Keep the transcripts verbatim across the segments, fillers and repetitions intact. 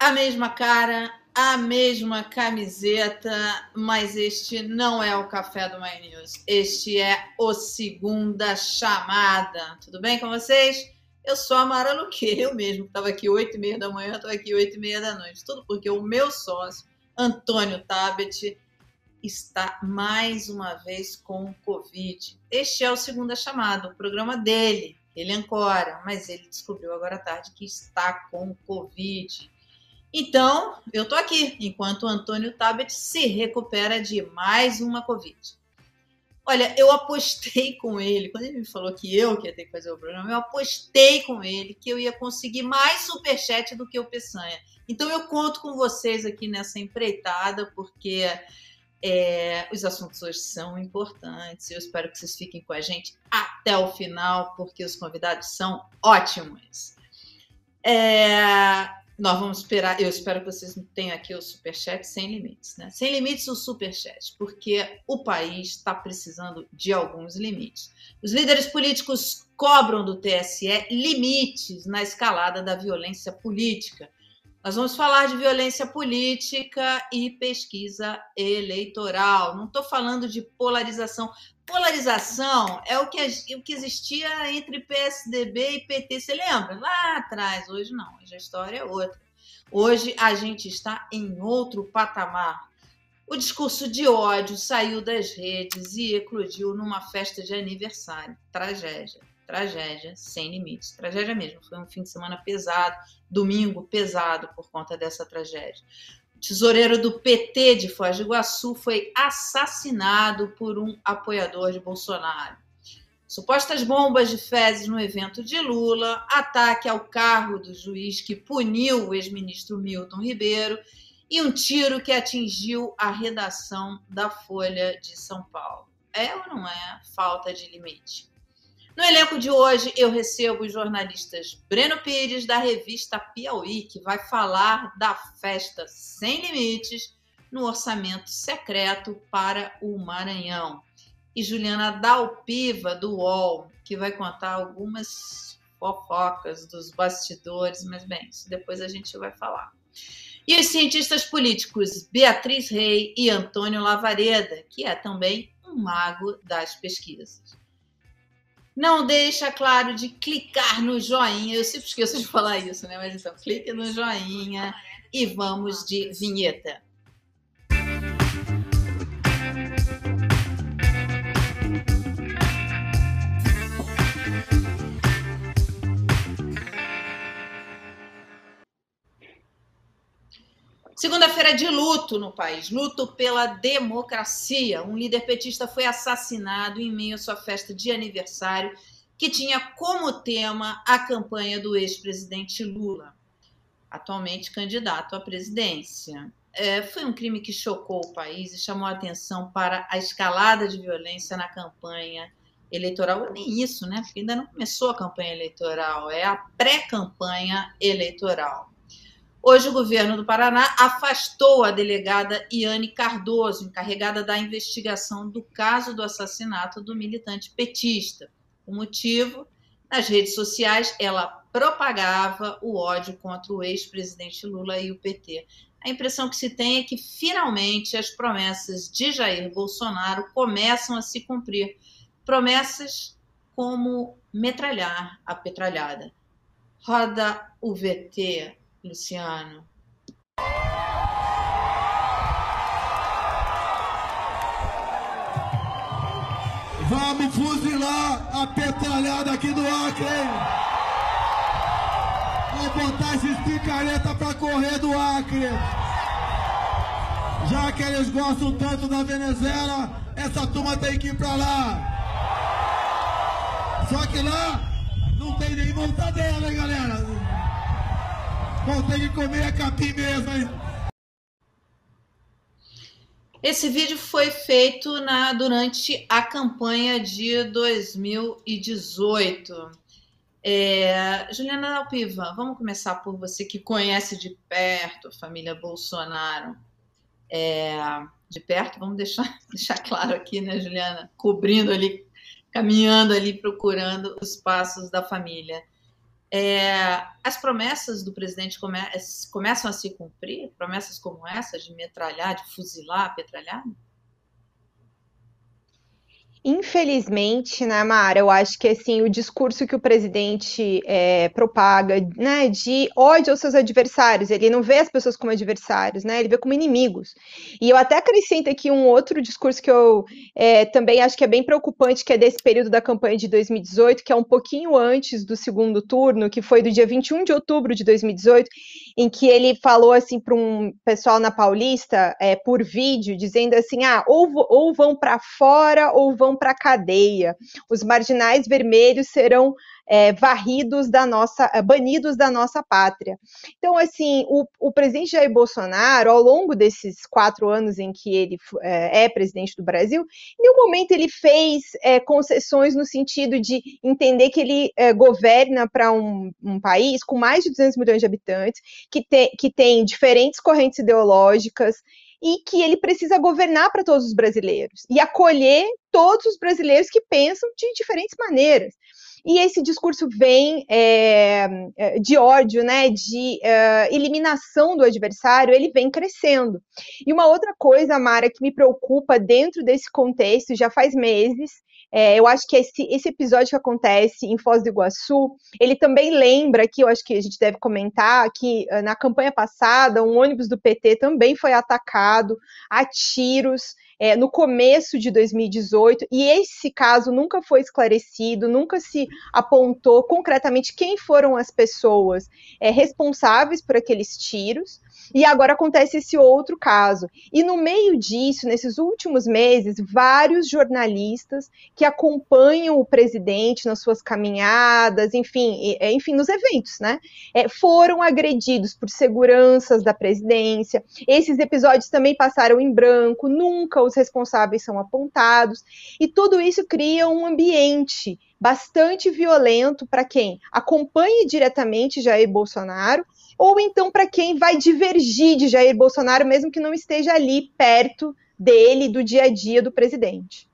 A mesma cara, a mesma camiseta, mas este não é o Café do My News. Este é o Segunda Chamada. Tudo bem com vocês? Eu sou a Mara Luque, eu mesmo, que estava aqui oito e meia da manhã, estou aqui oito e meia da noite. Tudo porque o meu sócio, Antônio Tabet, está mais uma vez com Covid. Este é o Segunda Chamada, o programa dele. Ele ancora, mas ele descobriu agora à tarde que está com Covid. Então, eu tô aqui, enquanto o Antônio Tabet se recupera de mais uma Covid. Olha, eu apostei com ele, quando ele me falou que eu que ia ter que fazer o programa, eu apostei com ele que eu ia conseguir mais superchat do que o Peçanha. Então, eu conto com vocês aqui nessa empreitada, porque é, os assuntos hoje são importantes. Eu espero que vocês fiquem com a gente até o final, porque os convidados são ótimos. É... Nós vamos esperar, eu espero que vocês tenham aqui o superchat sem limites, né? Sem limites o superchat, porque o país está precisando de alguns limites. Os líderes políticos cobram do T S E limites na escalada da violência política. Nós vamos falar de violência política e pesquisa eleitoral. Não estou falando de polarização. Polarização é o que, o que existia entre P S D B e P T. Você lembra? Lá atrás. Hoje não. Hoje a história é outra. Hoje a gente está em outro patamar. O discurso de ódio saiu das redes e eclodiu numa festa de aniversário. Tragédia. Tragédia sem limites. Tragédia mesmo. Foi um fim de semana pesado. Domingo pesado por conta dessa tragédia. O tesoureiro do P T de Foz do Iguaçu foi assassinado por um apoiador de Bolsonaro. Supostas bombas de fezes no evento de Lula, ataque ao carro do juiz que puniu o ex-ministro Milton Ribeiro e um tiro que atingiu a redação da Folha de São Paulo. É ou não é falta de limite? No elenco de hoje, eu recebo os jornalistas Breno Pires, da revista Piauí, que vai falar da festa sem limites no orçamento secreto para o Maranhão. E Juliana Dalpiva, do U O L, que vai contar algumas fofocas dos bastidores, mas bem, isso depois a gente vai falar. E os cientistas políticos Beatriz Rey e Antônio Lavareda, que é também um mago das pesquisas. Não deixa, claro, de clicar no joinha. Eu sempre esqueço de falar isso, né? Mas então, clique no joinha e vamos de vinheta. Segunda-feira de luto no país, luto pela democracia. Um líder petista foi assassinado em meio à sua festa de aniversário, que tinha como tema a campanha do ex-presidente Lula, atualmente candidato à presidência. É, foi um crime que chocou o país e chamou a atenção para a escalada de violência na campanha eleitoral. Nem isso, né? Porque ainda não começou a campanha eleitoral, é a pré-campanha eleitoral. Hoje, o governo do Paraná afastou a delegada Iane Cardoso, encarregada da investigação do caso do assassinato do militante petista. O motivo? Nas redes sociais, ela propagava o ódio contra o ex-presidente Lula e o P T. A impressão que se tem é que, finalmente, as promessas de Jair Bolsonaro começam a se cumprir. Promessas como metralhar a petralhada. Roda o V T, Luciano. Vamos fuzilar a petralhada aqui do Acre, hein? Vamos botar esses picareta pra correr do Acre. Já que eles gostam tanto da Venezuela, essa turma tem que ir pra lá. Só que lá não tem nem mortadela, hein, galera? Vão ter que comer a capim mesmo, hein? Esse vídeo foi feito na, durante a campanha de dois mil e dezoito. É, Juliana Dalpiva, vamos começar por você que conhece de perto a família Bolsonaro. É, de perto, vamos deixar, deixar claro aqui, né, Juliana? Cobrindo ali, caminhando ali, procurando os passos da família. É, as promessas do presidente come, começam a se cumprir? Promessas como essa de metralhar, de fuzilar a petralhada? Infelizmente, né, Mara, eu acho que assim, o discurso que o presidente é, propaga, né, de ódio aos seus adversários, ele não vê as pessoas como adversários, né, ele vê como inimigos. E eu até acrescento aqui um outro discurso que eu é, também acho que é bem preocupante, que é desse período da campanha de dois mil e dezoito, que é um pouquinho antes do segundo turno, que foi do dia vinte e um de outubro de dois mil e dezoito, em que ele falou assim para um pessoal na Paulista, é, por vídeo, dizendo assim, ah, ou, ou vão para fora ou vão para a cadeia. Os marginais vermelhos serão é, varridos da nossa, banidos da nossa pátria. Então, assim, o, o presidente Jair Bolsonaro, ao longo desses quatro anos em que ele é, é presidente do Brasil, em nenhum momento ele fez é, concessões no sentido de entender que ele é, governa para um, um país com mais de duzentos milhões de habitantes, que, te, que tem diferentes correntes ideológicas, e que ele precisa governar para todos os brasileiros e acolher todos os brasileiros que pensam de diferentes maneiras. E esse discurso vem é, de ódio, né, de uh, eliminação do adversário, ele vem crescendo. E uma outra coisa, Mara, que me preocupa dentro desse contexto, já faz meses, é, eu acho que esse, esse episódio que acontece em Foz do Iguaçu, ele também lembra, que eu acho que a gente deve comentar, que uh, na campanha passada, um ônibus do P T também foi atacado a tiros, É, no começo de dois mil e dezoito, e esse caso nunca foi esclarecido, nunca se apontou concretamente quem foram as pessoas é, responsáveis por aqueles tiros, e agora acontece esse outro caso. E no meio disso, nesses últimos meses, vários jornalistas que acompanham o presidente nas suas caminhadas, enfim, enfim nos eventos, né, é, foram agredidos por seguranças da presidência. Esses episódios também passaram em branco, nunca os responsáveis são apontados, e tudo isso cria um ambiente bastante violento para quem acompanha diretamente Jair Bolsonaro, ou então para quem vai divergir de Jair Bolsonaro, mesmo que não esteja ali perto dele, do dia a dia do presidente.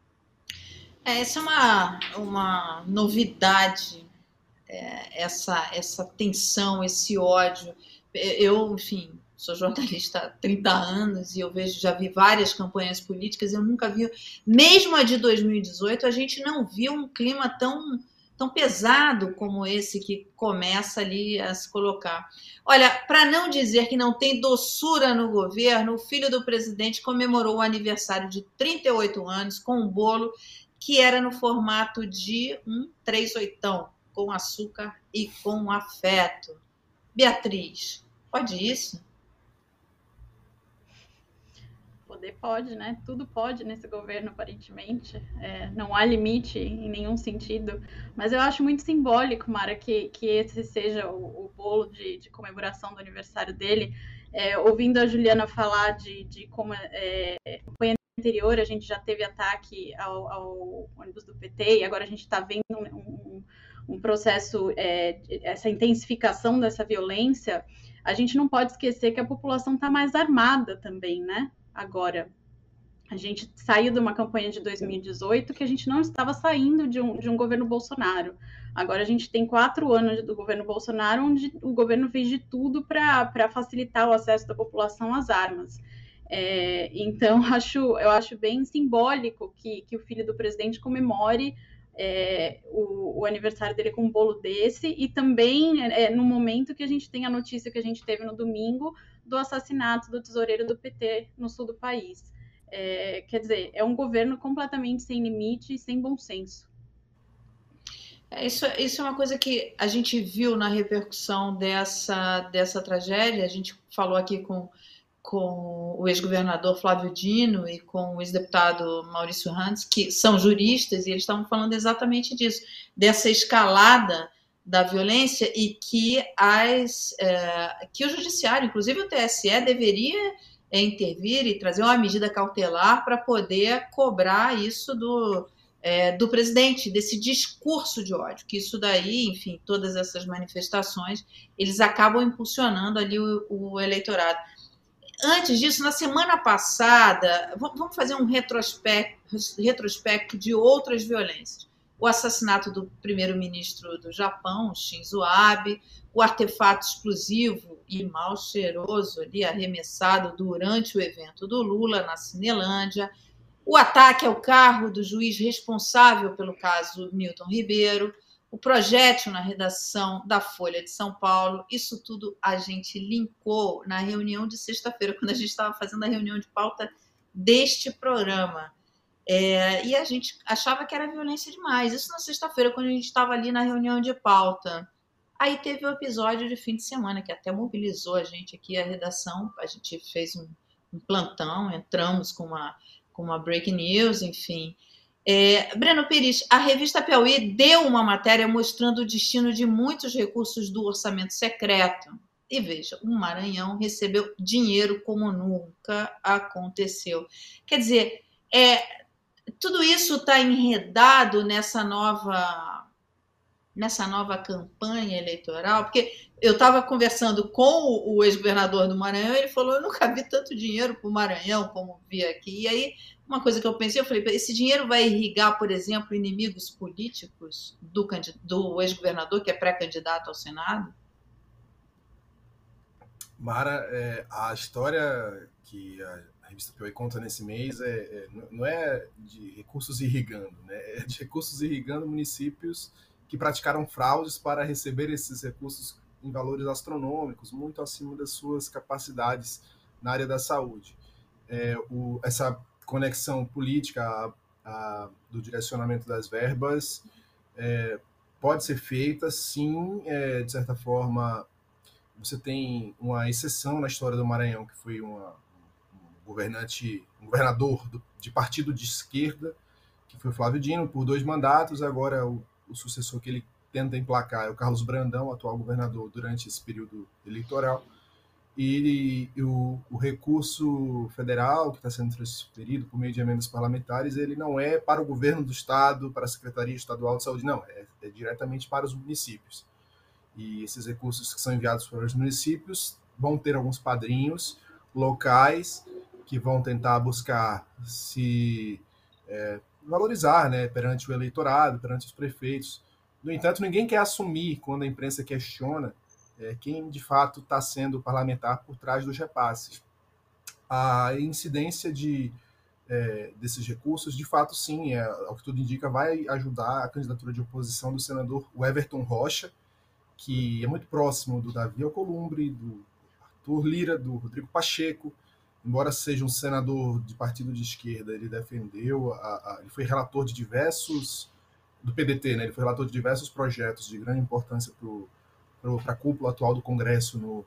É, essa é uma, uma novidade, é, essa, essa tensão, esse ódio. Eu, enfim, sou jornalista há trinta anos e eu vejo, já vi várias campanhas políticas, eu nunca vi, mesmo a de dois mil e dezoito, a gente não viu um clima tão, tão pesado como esse que começa ali a se colocar. Olha, para não dizer que não tem doçura no governo, o filho do presidente comemorou o aniversário de trinta e oito anos com um bolo que era no formato de um três oitão, com açúcar e com afeto. Beatriz, pode isso? Poder pode, né? Tudo pode nesse governo, aparentemente. É, não há limite em nenhum sentido. Mas eu acho muito simbólico, Mara, que, que esse seja o, o bolo de, de comemoração do aniversário dele. É, ouvindo a Juliana falar de, de como é, campanha anterior a gente já teve ataque ao, ao ônibus do P T, e agora a gente está vendo um, um, um processo, é, essa intensificação dessa violência. A gente não pode esquecer que a população está mais armada também, né? Agora, a gente saiu de uma campanha de dois mil e dezoito que a gente não estava saindo de um, de um governo Bolsonaro. Agora a gente tem quatro anos do governo Bolsonaro, onde o governo fez de tudo para facilitar o acesso da população às armas. É, então, acho, eu acho bem simbólico que, que o filho do presidente comemore é, o, o aniversário dele com um bolo desse, e também é, no momento que a gente tem a notícia que a gente teve no domingo do assassinato do tesoureiro do P T no sul do país. É, quer dizer, é um governo completamente sem limite e sem bom senso. É, isso, isso é uma coisa que a gente viu na repercussão dessa, dessa tragédia. A gente falou aqui com, com o ex-governador Flávio Dino e com o ex-deputado Maurício Randes, que são juristas, e eles estavam falando exatamente disso, dessa escalada da violência, e que, as, é, que o judiciário, inclusive o T S E, deveria é, intervir e trazer uma medida cautelar para poder cobrar isso do, é, do presidente, desse discurso de ódio, que isso daí, enfim, todas essas manifestações, eles acabam impulsionando ali o, o eleitorado. Antes disso, na semana passada, vamos fazer um retrospecto, retrospecto de outras violências. o assassinato do primeiro-ministro do Japão, Shinzo Abe, o artefato explosivo e mal cheiroso ali arremessado durante o evento do Lula na Cinelândia, o ataque ao carro do juiz responsável pelo caso Milton Ribeiro, o projétil na redação da Folha de São Paulo, isso tudo a gente linkou na reunião de sexta-feira, quando a gente estava fazendo a reunião de pauta deste programa. É, e a gente achava que era violência demais. Isso na sexta-feira, quando a gente estava ali na reunião de pauta. Aí teve o episódio de fim de semana, que até mobilizou a gente aqui, a redação. A gente fez um, um plantão, entramos com uma, com uma break news, enfim. É, Breno Pires, a revista Piauí deu uma matéria mostrando o destino de muitos recursos do orçamento secreto. E veja, o Maranhão recebeu dinheiro como nunca aconteceu. Quer dizer, é, tudo isso está enredado nessa nova, nessa nova campanha eleitoral, porque eu estava conversando com o ex-governador do Maranhão e ele falou, eu nunca vi tanto dinheiro para o Maranhão como vi aqui. E aí, uma coisa que eu pensei, eu falei, esse dinheiro vai irrigar, por exemplo, inimigos políticos do, do ex-governador, que é pré-candidato ao Senado? Mara, é, a história que a revista Piauí conta nesse mês é, é, não é de recursos irrigando, né? É de recursos irrigando municípios que praticaram fraudes para receber esses recursos em valores astronômicos, muito acima das suas capacidades na área da saúde. É, o, essa conexão política a, a, do direcionamento das verbas é, pode ser feita, sim, é, de certa forma. Você tem uma exceção na história do Maranhão, que foi uma, um governante, um governador do, de partido de esquerda, que foi Flávio Dino, por dois mandatos. Agora o, o sucessor que ele tenta emplacar é o Carlos Brandão, atual governador, durante esse período eleitoral. E, e o, o recurso federal que está sendo transferido por meio de emendas parlamentares, ele não é para o governo do estado, para a Secretaria Estadual de Saúde, não, é, é diretamente para os municípios. E esses recursos que são enviados para os municípios vão ter alguns padrinhos locais que vão tentar buscar se é, valorizar, né, perante o eleitorado, perante os prefeitos. No entanto, ninguém quer assumir, quando a imprensa questiona, é, quem de fato está sendo parlamentar por trás dos repasses. A incidência de, é, desses recursos, de fato, sim, é, ao que tudo indica, vai ajudar a candidatura de oposição do senador Everton Rocha, que é muito próximo do Davi Alcolumbre, do Arthur Lira, do Rodrigo Pacheco. Embora seja um senador de partido de esquerda, ele defendeu, a, a, ele foi relator de diversos, do P D T, né? Ele foi relator de diversos projetos de grande importância para a cúpula atual do Congresso no,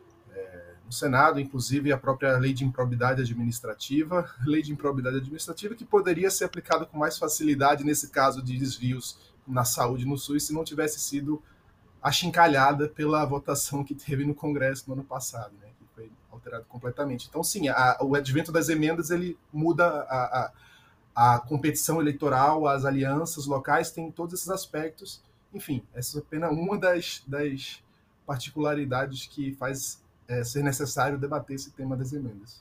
é, no Senado, inclusive a própria lei de improbidade administrativa, lei de improbidade administrativa que poderia ser aplicada com mais facilidade nesse caso de desvios na saúde no SUS, se não tivesse sido achincalhada pela votação que teve no Congresso no ano passado, né, que foi alterado completamente. Então, sim, a, o advento das emendas ele muda a, a, a competição eleitoral, as alianças locais, tem todos esses aspectos. Enfim, essa é apenas uma das, das particularidades que faz é, ser necessário debater esse tema das emendas.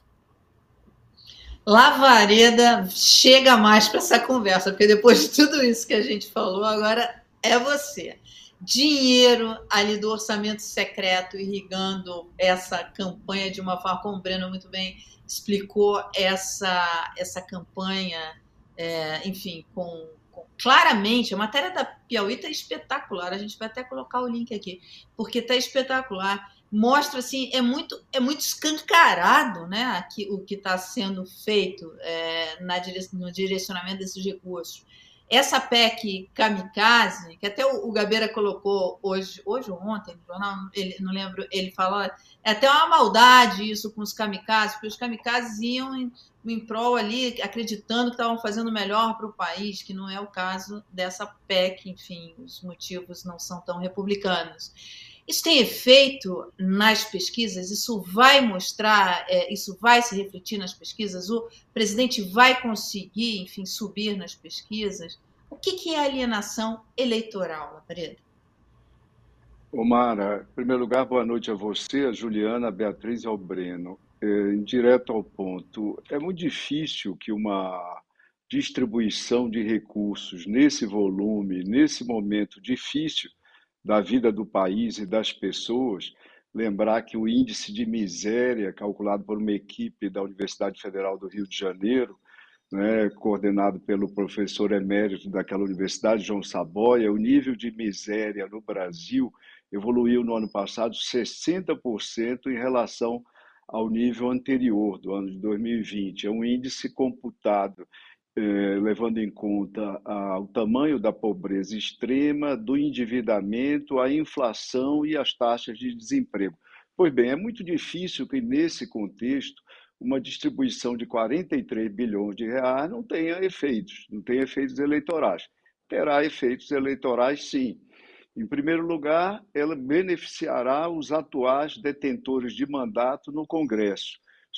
Lavareda chega mais para essa conversa, porque depois de tudo isso que a gente falou, agora é você. Dinheiro ali do orçamento secreto irrigando essa campanha de uma forma, como o Breno muito bem explicou, essa, essa campanha, é, enfim, com, com claramente, a matéria da Piauí está espetacular, a gente vai até colocar o link aqui, porque está espetacular, mostra assim, é muito, é muito escancarado, né, aqui, o que está sendo feito é, na dire, no direcionamento desses recursos. Essa P E C kamikaze, que até o Gabeira colocou hoje, hoje ou ontem, no jornal, ele, não lembro, ele falou, é até uma maldade isso com os kamikazes, porque os kamikazes iam em, em prol ali, acreditando que estavam fazendo melhor para o país, que não é o caso dessa P E C, enfim, os motivos não são tão republicanos. Isso tem efeito nas pesquisas? Isso vai mostrar, é, isso vai se refletir nas pesquisas? O presidente vai conseguir, enfim, subir nas pesquisas? O que, que é alienação eleitoral, Lavareda? Omara, em primeiro lugar, boa noite a você, a Juliana, a Beatriz e ao Breno. É, direto ao ponto, é muito difícil que uma distribuição de recursos nesse volume, nesse momento difícil da vida do país e das pessoas. Lembrar que o índice de miséria, calculado por uma equipe da Universidade Federal do Rio de Janeiro, né, coordenado pelo professor emérito daquela universidade, João Saboia, o nível de miséria no Brasil evoluiu no ano passado sessenta por cento em relação ao nível anterior, do ano de dois mil e vinte. É um índice computado eh, levando em conta a, o tamanho da pobreza extrema, do endividamento, a inflação e as taxas de desemprego. Pois bem, é muito difícil que, nesse contexto, uma distribuição de quarenta e três bilhões de reais não tenha efeitos, não tenha efeitos eleitorais. Terá efeitos eleitorais, sim. Em primeiro lugar, ela beneficiará os atuais detentores de mandato no Congresso,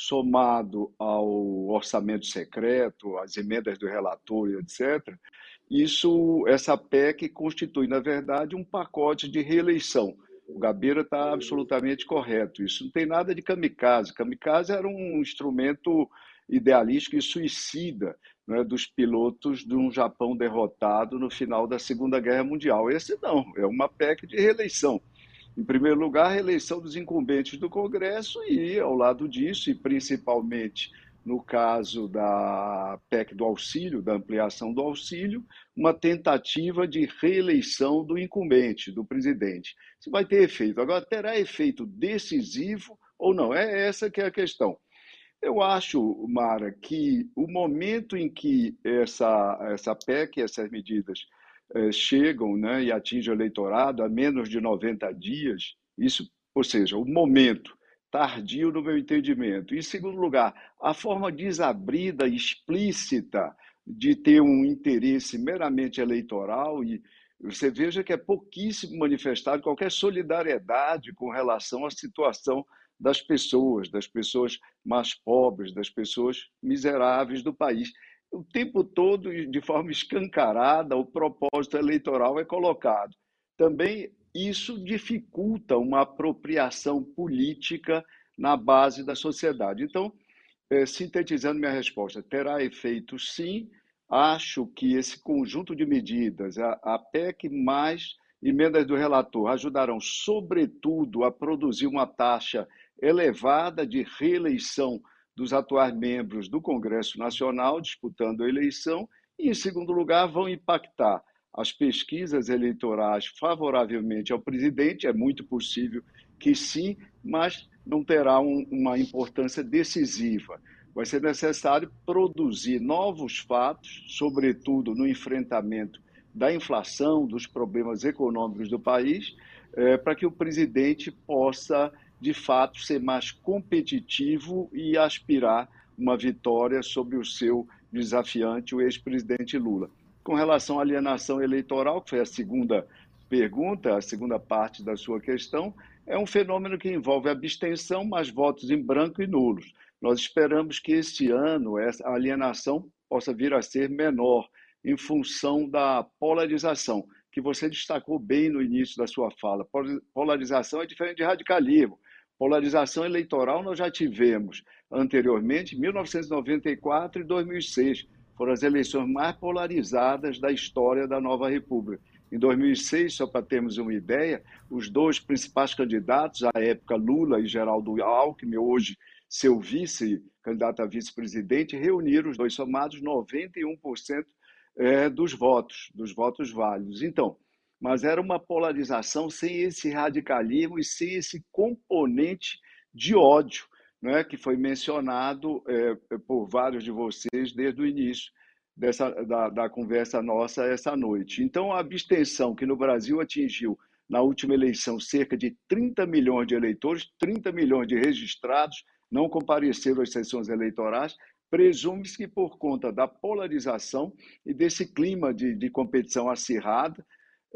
somado ao orçamento secreto, às emendas do relator, etcétera. Isso, essa P E C constitui, na verdade, um pacote de reeleição. O Gabeira está absolutamente correto. Isso não tem nada de kamikaze. Kamikaze era um instrumento idealístico e suicida, né, dos pilotos de um Japão derrotado no final da Segunda Guerra Mundial. Esse não, é uma P E C de reeleição. Em primeiro lugar, a reeleição dos incumbentes do Congresso e, ao lado disso, e principalmente no caso da P E C do auxílio, da ampliação do auxílio, uma tentativa de reeleição do incumbente, do presidente. Isso vai ter efeito. Agora, terá efeito decisivo ou não? É essa que é a questão. Eu acho, Mara, que o momento em que essa, essa P E C e essas medidas eh, chegam, né, e atingem o eleitorado a menos de noventa dias, isso, ou seja, o momento tardio no meu entendimento. Em segundo lugar, a forma desabrida, explícita, de ter um interesse meramente eleitoral, e você veja que é pouquíssimo manifestado qualquer solidariedade com relação à situação das pessoas, das pessoas mais pobres, das pessoas miseráveis do país. O tempo todo, de forma escancarada, o propósito eleitoral é colocado. Também isso dificulta uma apropriação política na base da sociedade. Então, eh, sintetizando minha resposta, terá efeito sim. Acho que esse conjunto de medidas, a, a P E C mais emendas do relator, ajudarão, sobretudo, a produzir uma taxa elevada de reeleição dos atuais membros do Congresso Nacional, disputando a eleição, e, em segundo lugar, vão impactar as pesquisas eleitorais favoravelmente ao presidente. É muito possível que sim, mas não terá um, uma importância decisiva. Vai ser necessário produzir novos fatos, sobretudo no enfrentamento da inflação, dos problemas econômicos do país, eh, para que o presidente possa, de fato, ser mais competitivo e aspirar uma vitória sobre o seu desafiante, o ex-presidente Lula. Com relação à alienação eleitoral, que foi a segunda pergunta, a segunda parte da sua questão, é um fenômeno que envolve abstenção, mais votos em branco e nulos. Nós esperamos que este ano essa alienação possa vir a ser menor, em função da polarização, que você destacou bem no início da sua fala. Polarização é diferente de radicalismo. Polarização eleitoral nós já tivemos anteriormente, em mil novecentos e noventa e quatro e dois mil e seis. Foram as eleições mais polarizadas da história da nova República. Em dois mil e seis, só para termos uma ideia, os dois principais candidatos, à época Lula e Geraldo Alckmin, hoje seu vice, candidato a vice-presidente, reuniram os dois somados noventa e um por cento é, dos votos, dos votos válidos. Então, mas era uma polarização sem esse radicalismo e sem esse componente de ódio, né, que foi mencionado é, por vários de vocês desde o início dessa, da, da conversa nossa essa noite. Então, a abstenção que no Brasil atingiu, na última eleição, cerca de trinta milhões de eleitores, trinta milhões de registrados não compareceram às sessões eleitorais, presume-se que por conta da polarização e desse clima de, de competição acirrada,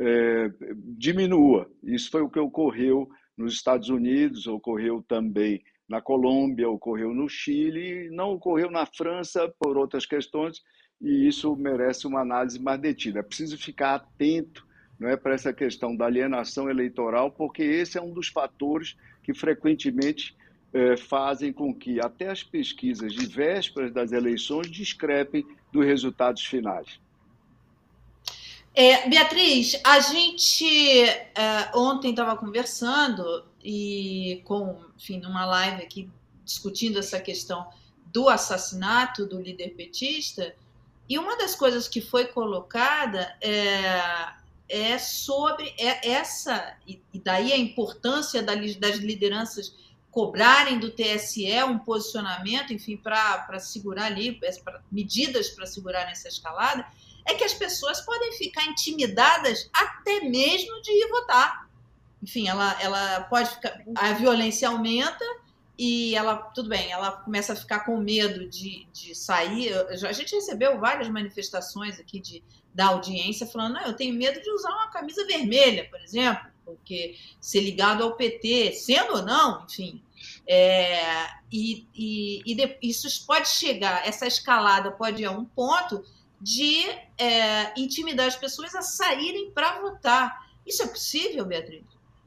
é, diminua. Isso foi o que ocorreu nos Estados Unidos, ocorreu também na Colômbia, ocorreu no Chile, não ocorreu na França por outras questões, e isso merece uma análise mais detida. É preciso ficar atento, não é, para essa questão da alienação eleitoral, porque esse é um dos fatores que frequentemente eh, fazem com que até as pesquisas de vésperas das eleições discrepem dos resultados finais. É, Beatriz, a gente é, ontem estava conversando e com, enfim, numa live aqui discutindo essa questão do assassinato do líder petista, e uma das coisas que foi colocada é, é sobre essa, e daí a importância das lideranças cobrarem do T S E um posicionamento, enfim, para segurar ali, pra, medidas para segurar essa escalada, é que as pessoas podem ficar intimidadas até mesmo de ir votar. Enfim, ela, ela pode ficar, a violência aumenta e ela, tudo bem, ela começa a ficar com medo de, de sair. A gente recebeu várias manifestações aqui de, da audiência falando, não, eu tenho medo de usar uma camisa vermelha, por exemplo, porque ser ligado ao P T, sendo ou não, enfim. É, e e, e de, isso pode chegar, essa escalada pode ir a um ponto de é, intimidar as pessoas a saírem para votar. Isso é possível, Beatriz?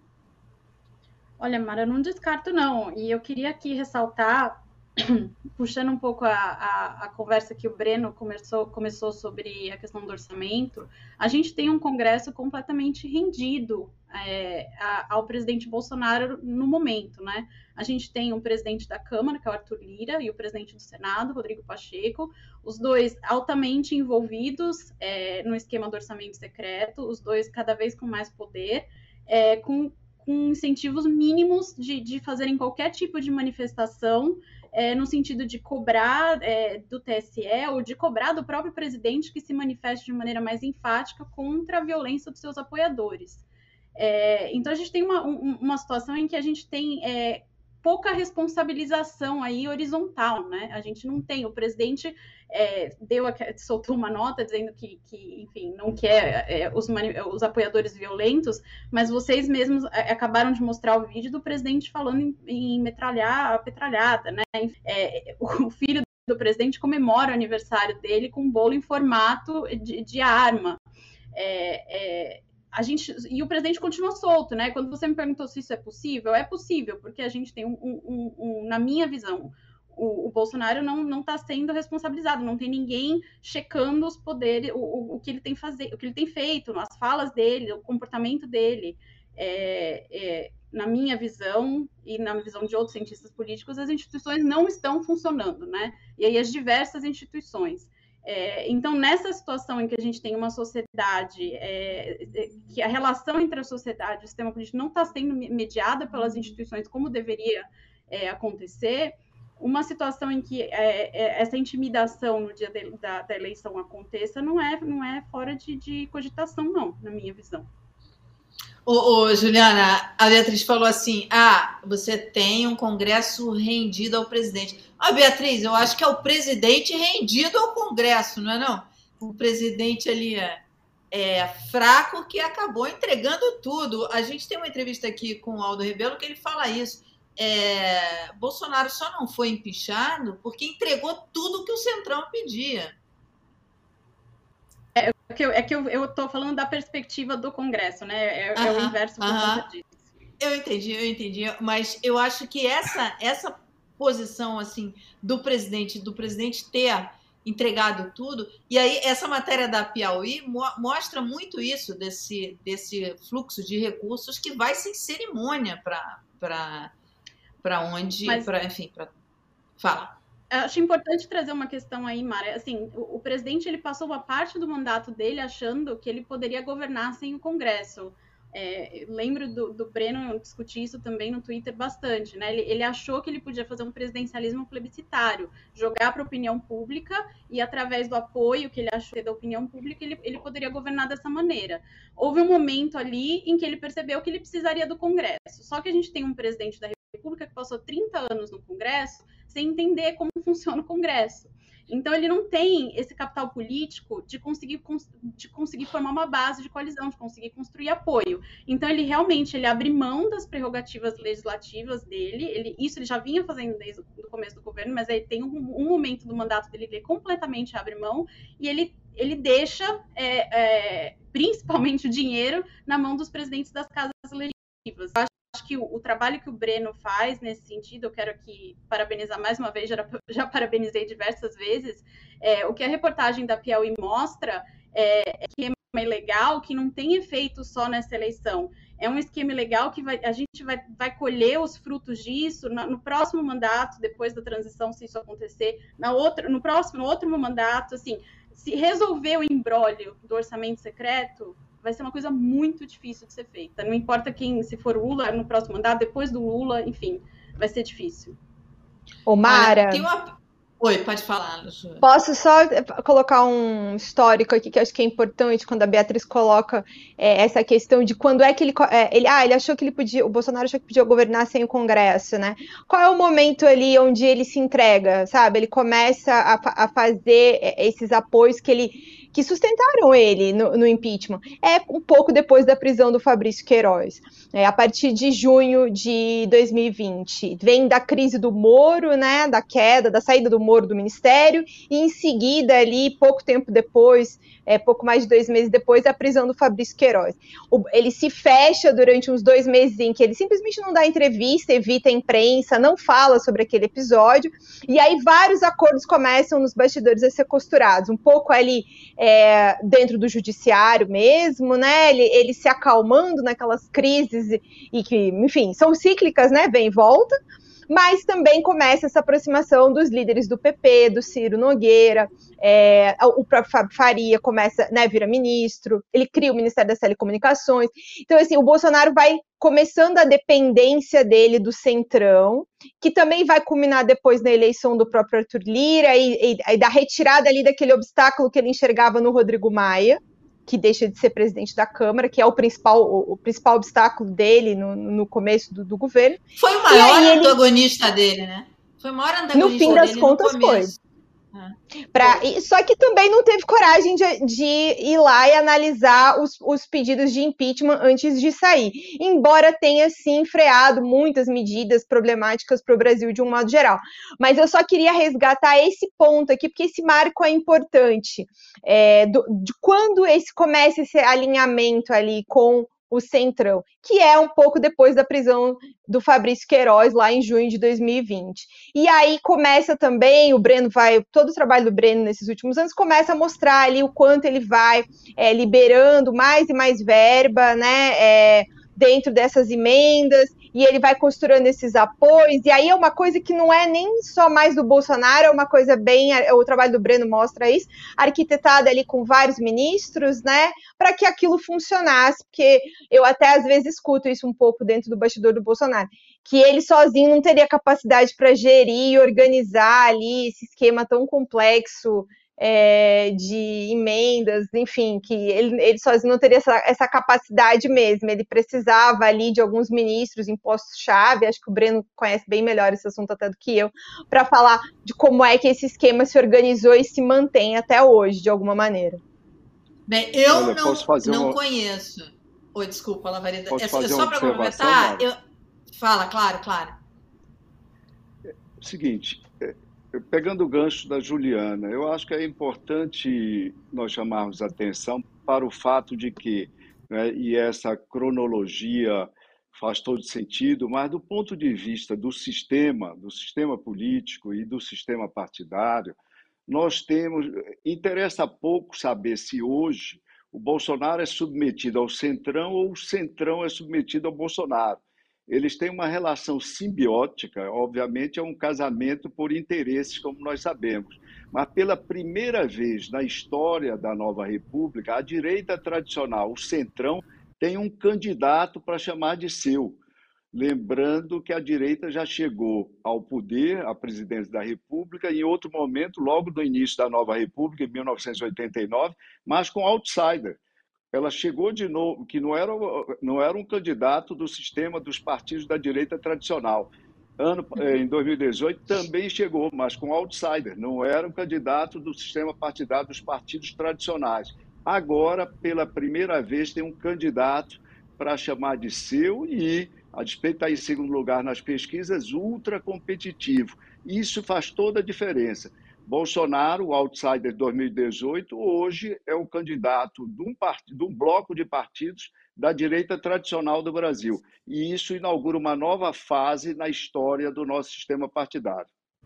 Olha, Mara, eu não descarto, não. E eu queria aqui ressaltar, puxando um pouco a, a, a conversa que o Breno começou, começou sobre a questão do orçamento, a gente tem um Congresso completamente rendido é, a, ao presidente Bolsonaro no momento, né? A gente tem um presidente da Câmara, que é o Arthur Lira, e o presidente do Senado, Rodrigo Pacheco, os dois altamente envolvidos é, no esquema do orçamento secreto, os dois cada vez com mais poder, é, com com incentivos mínimos de, de fazerem qualquer tipo de manifestação, é, no sentido de cobrar é, do T S E ou de cobrar do próprio presidente que se manifeste de maneira mais enfática contra a violência dos seus apoiadores. É, então, a gente tem uma, um, uma situação em que a gente tem é, pouca responsabilização aí horizontal, né? A gente não tem, o presidente é, deu, soltou uma nota dizendo que, que enfim, não quer é, os, os apoiadores violentos, mas vocês mesmos acabaram de mostrar o vídeo do presidente falando em, em metralhar a petralhada, né? É, o filho do presidente comemora o aniversário dele com um bolo em formato de, de arma. É, é, A gente, e o presidente continua solto, né? Quando você me perguntou se isso é possível, é possível, porque a gente tem, um, um, um, na minha visão, o, o Bolsonaro não está sendo responsabilizado, não tem ninguém checando os poderes, o, o, o, que ele tem fazer, o que ele tem feito, as falas dele, o comportamento dele. É, é, na minha visão e na visão de outros cientistas políticos, as instituições não estão funcionando, né? E aí as diversas instituições. É, então, nessa situação em que a gente tem uma sociedade, é, que a relação entre a sociedade e o sistema político não está sendo mediada pelas instituições como deveria é, acontecer, uma situação em que é, essa intimidação no dia de, da, da eleição aconteça não é, não é fora de, de cogitação, não, na minha visão. Ô, ô, Juliana, a Beatriz falou assim, ah, você tem um Congresso rendido ao presidente. Ah, Beatriz, eu acho que é o presidente rendido ao Congresso, não é não? O presidente ali é, é fraco que acabou entregando tudo. A gente tem uma entrevista aqui com o Aldo Rebelo que ele fala isso. É, Bolsonaro só não foi empichado porque entregou tudo que o Centrão pedia. É que, eu, é que eu, eu tô falando da perspectiva do Congresso, né? É, uh-huh, é o inverso por conta disso. Eu entendi, eu entendi, mas eu acho que essa, essa posição assim do presidente, do presidente ter entregado tudo, e aí essa matéria da Piauí mo- mostra muito isso, desse, desse fluxo de recursos que vai sem cerimônia para onde, mas... pra, enfim, para... Fala. Acho importante trazer uma questão aí, Mara. Assim, o, o presidente ele passou uma parte do mandato dele achando que ele poderia governar sem o Congresso. É, lembro do, do Breno discutir isso também no Twitter bastante, né? Ele, ele achou que ele podia fazer um presidencialismo plebiscitário, jogar para a opinião pública e, através do apoio que ele achou da opinião pública, ele, ele poderia governar dessa maneira. Houve um momento ali em que ele percebeu que ele precisaria do Congresso. Só que a gente tem um presidente da República que passou trinta anos no Congresso sem entender como funciona o Congresso. Então, ele não tem esse capital político de conseguir, de conseguir formar uma base de coalizão, de conseguir construir apoio. Então, ele realmente ele abre mão das prerrogativas legislativas dele. Ele, isso ele já vinha fazendo desde o começo do governo, mas aí tem um, um momento do mandato dele que ele completamente abre mão e ele, ele deixa, é, é, principalmente, o dinheiro na mão dos presidentes das casas legislativas. Eu acho acho que o, o trabalho que o Breno faz nesse sentido, eu quero aqui parabenizar mais uma vez, já, já parabenizei diversas vezes, é, o que a reportagem da Piauí mostra é, é que é um esquema ilegal que não tem efeito só nessa eleição. É um esquema ilegal que vai, a gente vai, vai colher os frutos disso no, no próximo mandato, depois da transição, se isso acontecer, na outra, no próximo, no outro mandato, assim, se resolver o imbróglio do orçamento secreto, vai ser uma coisa muito difícil de ser feita. Não importa quem, se for Lula no próximo mandato, depois do Lula, enfim, vai ser difícil. Ô, Mara... Olha, tem uma... Oi, pode falar, Lu. Posso só colocar um histórico aqui que eu acho que é importante quando a Beatriz coloca é, essa questão de quando é que ele, é, ele... Ah, ele achou que ele podia... O Bolsonaro achou que podia governar sem o Congresso, né? Qual é o momento ali onde ele se entrega, sabe? Ele começa a, a fazer esses apoios que ele... que sustentaram ele no, no impeachment. É um pouco depois da prisão do Fabrício Queiroz. É, a partir de junho de dois mil e vinte, vem da crise do Moro, né, da queda, da saída do Moro do Ministério, e em seguida, ali, pouco tempo depois, é, pouco mais de dois meses depois, a prisão do Fabrício Queiroz. O, ele se fecha durante uns dois meses em que ele simplesmente não dá entrevista, evita a imprensa, não fala sobre aquele episódio, e aí vários acordos começam nos bastidores a ser costurados, um pouco ali é, dentro do judiciário mesmo, né, ele, ele se acalmando naquelas crises e, e que, enfim, são cíclicas, né, vem e volta, mas também começa essa aproximação dos líderes do P P, do Ciro Nogueira, é, o próprio Fábio Faria começa, né, vira ministro, ele cria o Ministério das Telecomunicações. Então, assim, o Bolsonaro vai começando a dependência dele do Centrão, que também vai culminar depois na eleição do próprio Arthur Lira e, e, e da retirada ali daquele obstáculo que ele enxergava no Rodrigo Maia, que deixa de ser presidente da Câmara, que é o principal, o, o principal obstáculo dele no, no começo do, do governo. Foi o maior antagonista ele, dele, né? Foi o maior antagonista dele. No fim das dele contas, foi. É. Pra, só que também não teve coragem de, de ir lá e analisar os, os pedidos de impeachment antes de sair. Embora tenha, sim, freado muitas medidas problemáticas para o Brasil de um modo geral. Mas eu só queria resgatar esse ponto aqui, porque esse marco é importante. É, do, de quando esse começa esse alinhamento ali com o Centrão, que é um pouco depois da prisão do Fabrício Queiroz, lá em junho de dois mil e vinte. E aí começa também, o Breno vai, todo o trabalho do Breno nesses últimos anos começa a mostrar ali o quanto ele vai é, liberando mais e mais verba, né, é, dentro dessas emendas, e ele vai costurando esses apoios, e aí é uma coisa que não é nem só mais do Bolsonaro, é uma coisa bem, o trabalho do Breno mostra isso, arquitetada ali com vários ministros, né, para que aquilo funcionasse, porque eu até às vezes escuto isso um pouco dentro do bastidor do Bolsonaro, que ele sozinho não teria capacidade para gerir e organizar ali esse esquema tão complexo, É, de emendas, enfim, que ele, ele sozinho não teria essa, essa capacidade mesmo, ele precisava ali de alguns ministros em postos-chave, acho que o Breno conhece bem melhor esse assunto até do que eu, para falar de como é que esse esquema se organizou e se mantém até hoje, de alguma maneira. Bem, eu Olha, não, não uma... conheço. Oi, desculpa, Lavareda. Posso É, fazer só uma para observação, complementar, eu... Fala, claro, claro. É o seguinte, pegando o gancho da Juliana, eu acho que é importante nós chamarmos atenção para o fato de que, né, e essa cronologia faz todo sentido, mas do ponto de vista do sistema, do sistema político e do sistema partidário, nós temos, interessa pouco saber se hoje o Bolsonaro é submetido ao Centrão ou o Centrão é submetido ao Bolsonaro. Eles têm uma relação simbiótica, obviamente é um casamento por interesses, como nós sabemos. Mas pela primeira vez na história da nova república, a direita tradicional, o Centrão, tem um candidato para chamar de seu. Lembrando que a direita já chegou ao poder, à presidência da República, em outro momento, logo no início da nova república, em mil novecentos e oitenta e nove, mas com outsider. Ela chegou de novo, que não era, não era um candidato do sistema dos partidos da direita tradicional. Ano, em dois mil e dezoito também chegou, mas com outsider, não era um candidato do sistema partidário dos partidos tradicionais. Agora, pela primeira vez, tem um candidato para chamar de seu e, a despeito de estar em segundo lugar nas pesquisas, ultra competitivo. Isso faz toda a diferença. Bolsonaro, o outsider de dois mil e dezoito, hoje é o candidato de um, part... de um bloco de partidos da direita tradicional do Brasil. E isso inaugura uma nova fase na história do nosso sistema partidário.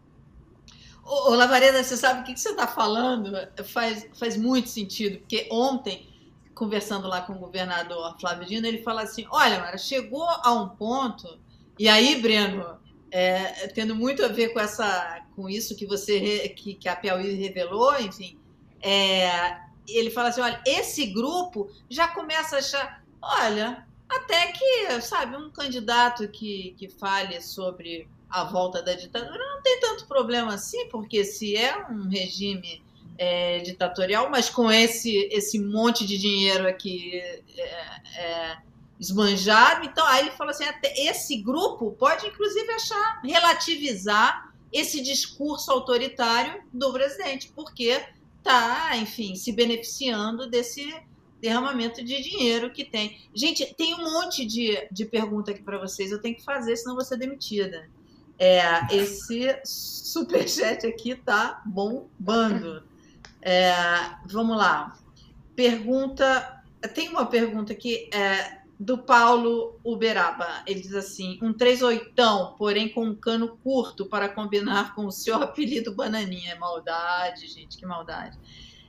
Ô, Lavareda, você sabe o que você está falando? Faz, faz muito sentido, porque ontem, conversando lá com o governador Flávio Dino, ele fala assim, olha, Mara, chegou a um ponto, e aí, Breno, é, tendo muito a ver com, essa, com isso que, você, que, que a Piauí revelou, enfim, é, ele fala assim, olha, esse grupo já começa a achar, olha, até que, sabe, um candidato que, que fale sobre a volta da ditadura não tem tanto problema assim, porque se é um regime é, ditatorial, mas com esse, esse monte de dinheiro aqui é, é, esbanjado, então aí ele fala assim, até esse grupo pode inclusive achar, relativizar esse discurso autoritário do presidente, porque está, enfim, se beneficiando desse derramamento de dinheiro que tem. Gente, tem um monte de, de pergunta aqui para vocês, eu tenho que fazer, senão eu vou ser demitida. É, esse superchat aqui tá bombando. É, vamos lá. Pergunta. Tem uma pergunta aqui é, do Paulo Uberaba. Ele diz assim: um três oitão, porém com um cano curto para combinar com o seu apelido Bananinha. Maldade, gente, que maldade.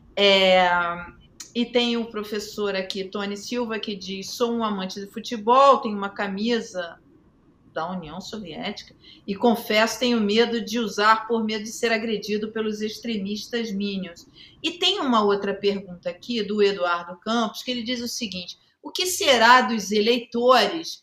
É, e tem o professor aqui, Tony Silva, que diz: sou um amante de futebol, tenho uma camisa da União Soviética e confesso tenho medo de usar por medo de ser agredido pelos extremistas minions. E tem uma outra pergunta aqui do Eduardo Campos, que ele diz o seguinte: o que será dos eleitores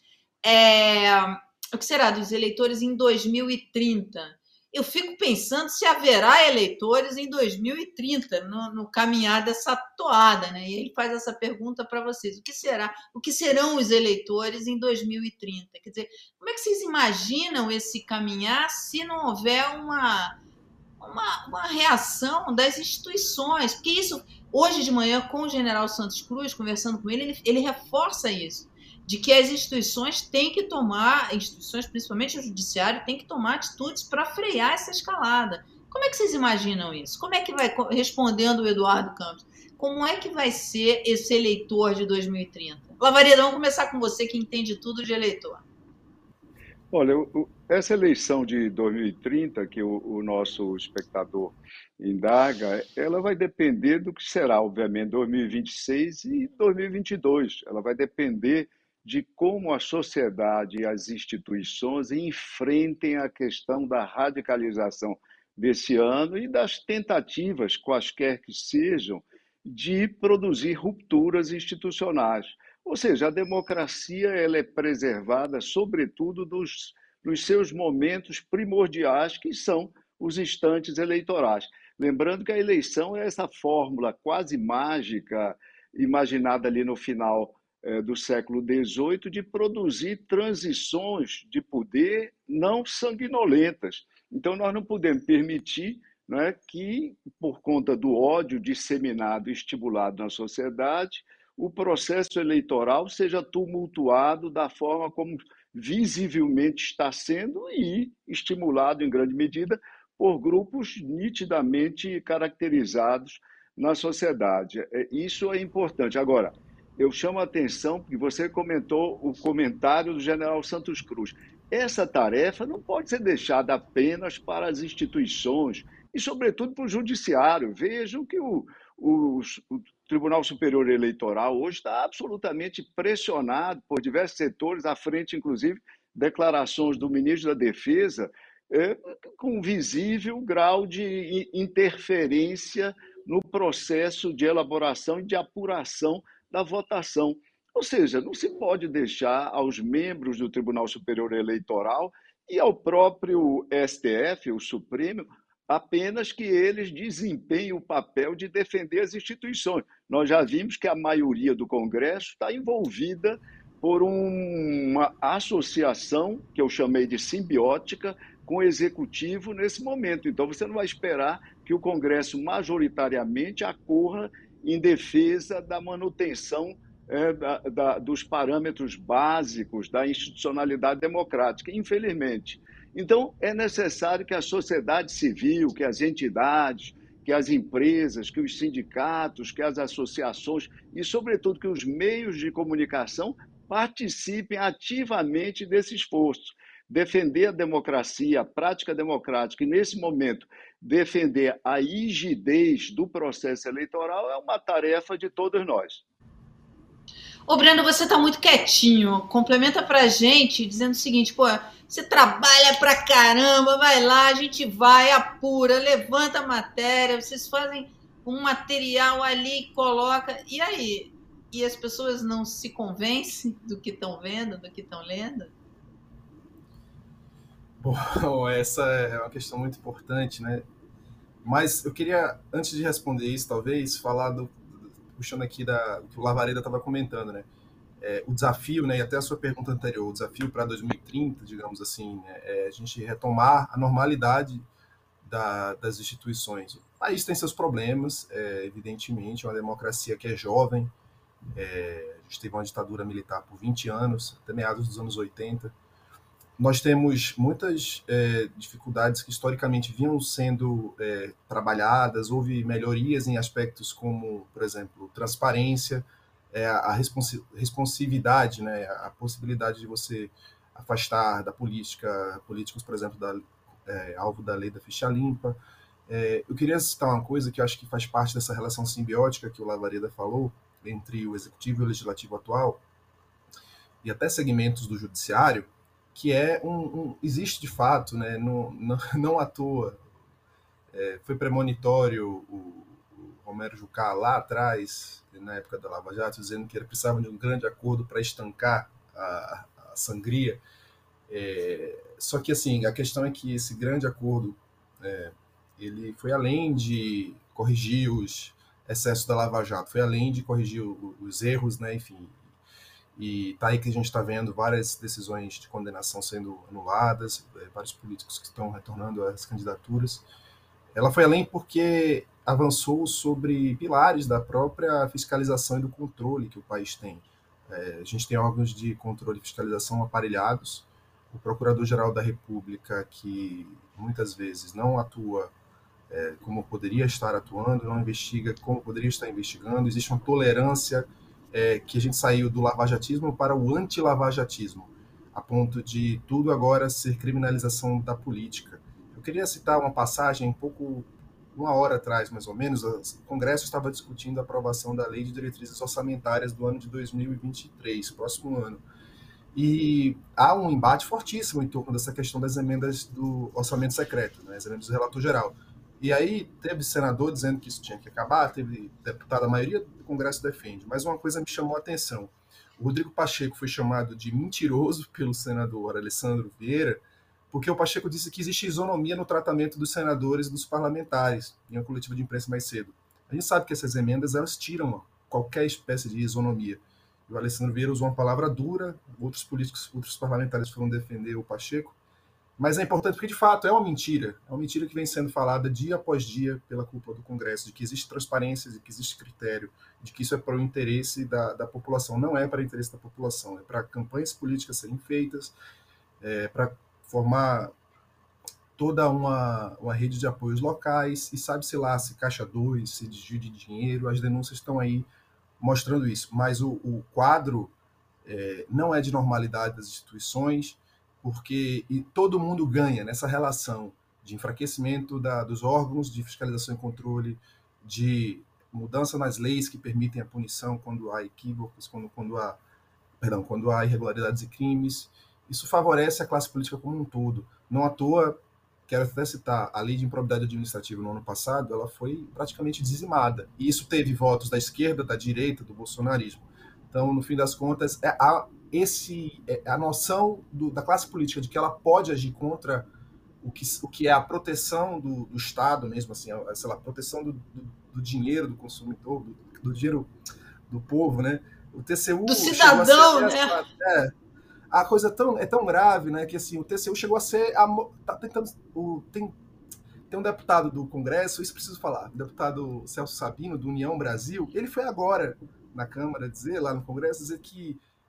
é, o que será dos eleitores em dois mil e trinta? Eu fico pensando se haverá eleitores em dois mil e trinta, no, no caminhar dessa toada, né? E ele faz essa pergunta para vocês: o que será, o que serão os eleitores em dois mil e trinta? Quer dizer, como é que vocês imaginam esse caminhar se não houver uma, uma, uma reação das instituições? Porque isso, hoje de manhã, com o general Santos Cruz, conversando com ele, ele, ele reforça isso, de que as instituições têm que tomar, instituições, principalmente o judiciário, têm que tomar atitudes para frear essa escalada. Como é que vocês imaginam isso? Como é que vai, respondendo o Eduardo Campos, como é que vai ser esse eleitor de dois mil e trinta? Lavareda, vamos começar com você, que entende tudo de eleitor. Olha, essa eleição de dois mil e trinta, que o, o nosso espectador indaga, ela vai depender do que será, obviamente, dois mil e vinte e seis e dois mil e vinte e dois. Ela vai depender de como a sociedade e as instituições enfrentem a questão da radicalização desse ano e das tentativas, quaisquer que sejam, de produzir rupturas institucionais. Ou seja, a democracia ela é preservada, sobretudo, dos, nos seus momentos primordiais, que são os instantes eleitorais. Lembrando que a eleição é essa fórmula quase mágica, imaginada ali no final do século dezoito, de produzir transições de poder não sanguinolentas. Então, nós não podemos permitir, né, que, por conta do ódio disseminado e estimulado na sociedade, o processo eleitoral seja tumultuado da forma como visivelmente está sendo e estimulado, em grande medida, por grupos nitidamente caracterizados na sociedade. Isso é importante. Agora, eu chamo a atenção, porque você comentou o comentário do general Santos Cruz. Essa tarefa não pode ser deixada apenas para as instituições e, sobretudo, para o judiciário. Vejam que o, o, o Tribunal Superior Eleitoral hoje está absolutamente pressionado por diversos setores, à frente, inclusive, declarações do ministro da Defesa, é, com visível grau de interferência no processo de elaboração e de apuração da votação. Ou seja, não se pode deixar aos membros do Tribunal Superior Eleitoral e ao próprio S T F, o Supremo, apenas que eles desempenhem o papel de defender as instituições. Nós já vimos que a maioria do Congresso está envolvida por uma associação, que eu chamei de simbiótica, com o Executivo nesse momento. Então, você não vai esperar que o Congresso majoritariamente acorra em defesa da manutenção é, da, da, dos parâmetros básicos da institucionalidade democrática, infelizmente. Então, é necessário que a sociedade civil, que as entidades, que as empresas, que os sindicatos, que as associações e, sobretudo, que os meios de comunicação participem ativamente desse esforço. Defender a democracia, a prática democrática, e, nesse momento, defender a rigidez do processo eleitoral é uma tarefa de todos nós. Ô, Breno, você está muito quietinho. Complementa para a gente dizendo o seguinte, pô, você trabalha pra caramba, vai lá, a gente vai, apura, levanta a matéria, vocês fazem um material ali, coloca, e aí? E as pessoas não se convencem do que estão vendo, do que estão lendo? Bom, essa é uma questão muito importante, né? Mas eu queria, antes de responder isso, talvez, falar do, puxando aqui da, do que o Lavareda estava comentando, né? É, o desafio, né, e até a sua pergunta anterior, o desafio para dois mil e trinta, digamos assim, né, é a gente retomar a normalidade da, das instituições. O país tem seus problemas, é, evidentemente, é uma democracia que é jovem, é, a gente teve uma ditadura militar por vinte anos, até meados dos anos oitenta. Nós temos muitas é, dificuldades que historicamente vinham sendo é, trabalhadas, houve melhorias em aspectos como, por exemplo, transparência, é, a responsi responsividade, né, a possibilidade de você afastar da política políticos, por exemplo, da, é, alvo da lei da ficha limpa. É, eu queria citar uma coisa que eu acho que faz parte dessa relação simbiótica que o Lavareda falou entre o executivo e o legislativo atual e até segmentos do judiciário, que é um, um existe de fato, né, não, não, não à toa. É, foi premonitório o, o Romero Jucá lá atrás, na época da Lava Jato, dizendo que ele precisava de um grande acordo para estancar a, a sangria. É, só que assim, a questão é que esse grande acordo é, ele foi além de corrigir os excessos da Lava Jato, foi além de corrigir o, os erros, né, enfim. E tá aí que a gente está vendo várias decisões de condenação sendo anuladas, é, vários políticos que estão retornando às candidaturas. Ela foi além porque avançou sobre pilares da própria fiscalização e do controle que o país tem. É, a gente tem órgãos de controle e fiscalização aparelhados, o Procurador-Geral da República, que muitas vezes não atua é, como poderia estar atuando, não investiga como poderia estar investigando, existe uma tolerância é, que a gente saiu do lavajatismo para o anti-lavajatismo, a ponto de tudo agora ser criminalização da política. Eu queria citar uma passagem um pouco, uma hora atrás, mais ou menos, o Congresso estava discutindo a aprovação da Lei de Diretrizes Orçamentárias do ano de dois mil e vinte e três, próximo ano. E há um embate fortíssimo em torno dessa questão das emendas do orçamento secreto, né, as emendas do relator geral. E aí teve senador dizendo que isso tinha que acabar, teve deputado, a maioria do Congresso defende, mas uma coisa me chamou a atenção. O Rodrigo Pacheco foi chamado de mentiroso pelo senador Alessandro Vieira, porque o Pacheco disse que existe isonomia no tratamento dos senadores e dos parlamentares, em uma coletiva de imprensa mais cedo. A gente sabe que essas emendas, elas tiram qualquer espécie de isonomia. E o Alessandro Vieira usou uma palavra dura, outros políticos, outros parlamentares foram defender o Pacheco, mas é importante porque, de fato, é uma mentira. É uma mentira que vem sendo falada dia após dia pela cúpula do Congresso, de que existe transparência, de que existe critério, de que isso é para o interesse da, da população. Não é para o interesse da população, é para campanhas políticas serem feitas, é, para formar toda uma, uma rede de apoios locais, e sabe-se lá se Caixa dois, se desvio de dinheiro, as denúncias estão aí mostrando isso. Mas o, o quadro é, não é de normalidade das instituições, porque e todo mundo ganha nessa relação de enfraquecimento da, dos órgãos de fiscalização e controle, de mudança nas leis que permitem a punição quando há equívocos, quando, quando, há, perdão, quando há irregularidades e crimes. Isso favorece a classe política como um todo. Não à toa, quero até citar, a lei de improbidade administrativa no ano passado, ela foi praticamente dizimada. E isso teve votos da esquerda, da direita, do bolsonarismo. Então, no fim das contas, é a, esse, é a noção do, da classe política de que ela pode agir contra o que, o que é a proteção do, do Estado mesmo, assim, a, sei lá, a proteção do, do, do dinheiro do consumidor, do, do dinheiro do povo, né? O T C U... Do cidadão, né? Essa, é, a coisa tão, é tão grave, né, que assim, o T C U chegou a ser... A, tá tentando, o, tem, tem um deputado do Congresso, isso preciso falar, o deputado Celso Sabino, do União Brasil, ele foi agora na Câmara dizer, lá no Congresso, dizer que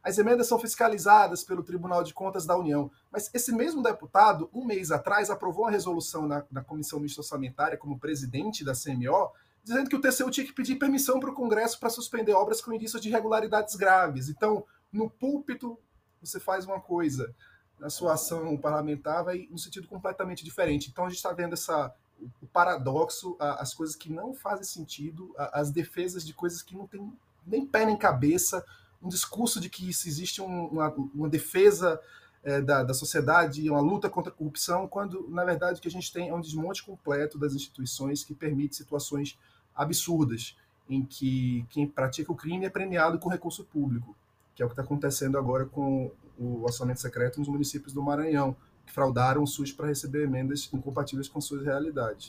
as emendas são fiscalizadas pelo Tribunal de Contas da União. Mas esse mesmo deputado, um mês atrás, aprovou uma resolução na, na Comissão Mista Orçamentária, como presidente da C M O, dizendo que o T C U tinha que pedir permissão para o Congresso para suspender obras com indício de irregularidades graves. Então, no púlpito, você faz uma coisa, na sua ação parlamentar vai no sentido completamente diferente. Então, a gente está vendo essa, o paradoxo, as coisas que não fazem sentido, as defesas de coisas que não tem nem pé nem cabeça, um discurso de que existe um, uma, uma defesa é, da, da sociedade, uma luta contra a corrupção, quando, na verdade, o que a gente tem é um desmonte completo das instituições que permite situações absurdas, em que quem pratica o crime é premiado com recurso público, que é o que está acontecendo agora com o orçamento secreto nos municípios do Maranhão, que fraudaram o SUS para receber emendas incompatíveis com suas realidades.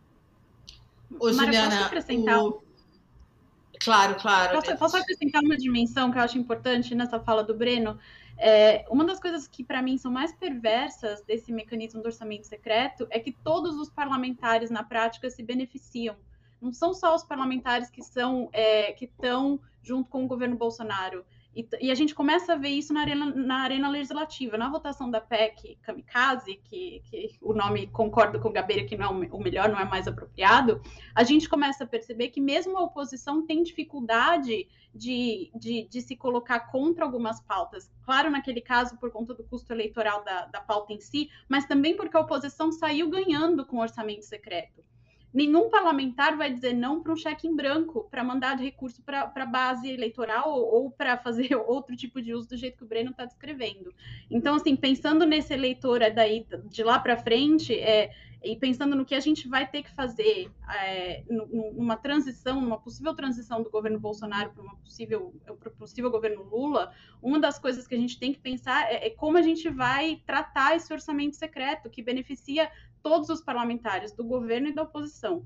Ô, Mara, Juliana, posso acrescentar? o... Claro, claro. Posso, posso acrescentar uma dimensão que eu acho importante nessa fala do Breno? É, uma das coisas que, para mim, são mais perversas desse mecanismo do orçamento secreto é que todos os parlamentares, na prática, se beneficiam. Não são só os parlamentares que são é, que estão junto com o governo Bolsonaro. E, e a gente começa a ver isso na arena, na arena legislativa. Na votação da P E C Kamikaze, que, que o nome, concordo com o Gabeira, que não é o melhor, não é mais apropriado, a gente começa a perceber que mesmo a oposição tem dificuldade de, de, de se colocar contra algumas pautas. Claro, naquele caso, por conta do custo eleitoral da, da pauta em si, mas também porque a oposição saiu ganhando com o orçamento secreto. Nenhum parlamentar vai dizer não para um cheque em branco, para mandar de recurso para a base eleitoral ou, ou para fazer outro tipo de uso do jeito que o Breno está descrevendo. Então, assim, pensando nesse eleitor daí, de lá para frente, é, e pensando no que a gente vai ter que fazer é, numa transição, numa possível transição do governo Bolsonaro para uma possível, para o possível governo Lula, uma das coisas que a gente tem que pensar é, é como a gente vai tratar esse orçamento secreto que beneficia todos os parlamentares, do governo e da oposição.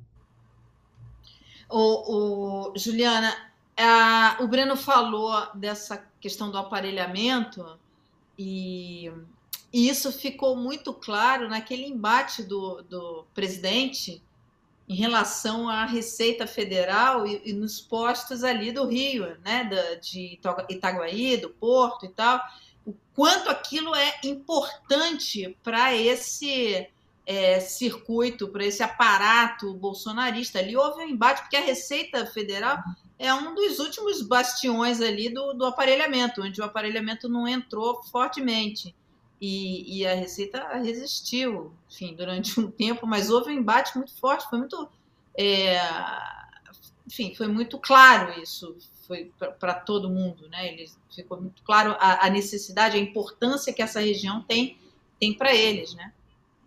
O, o, Juliana, a, o Breno falou dessa questão do aparelhamento e, e isso ficou muito claro naquele embate do, do presidente em relação à Receita Federal e, e nos postos ali do Rio, né, da, de Itaguaí, do Porto e tal, o quanto aquilo é importante para esse... É, circuito, para esse aparato bolsonarista. Ali houve um embate, porque a Receita Federal é um dos últimos bastiões ali do, do aparelhamento, onde o aparelhamento não entrou fortemente. E, e a Receita resistiu, enfim, durante um tempo, mas houve um embate muito forte, foi muito... É, enfim, foi muito claro isso, foi para todo mundo, né? Ele, ficou muito claro a, a necessidade, a importância que essa região tem, tem para eles, né?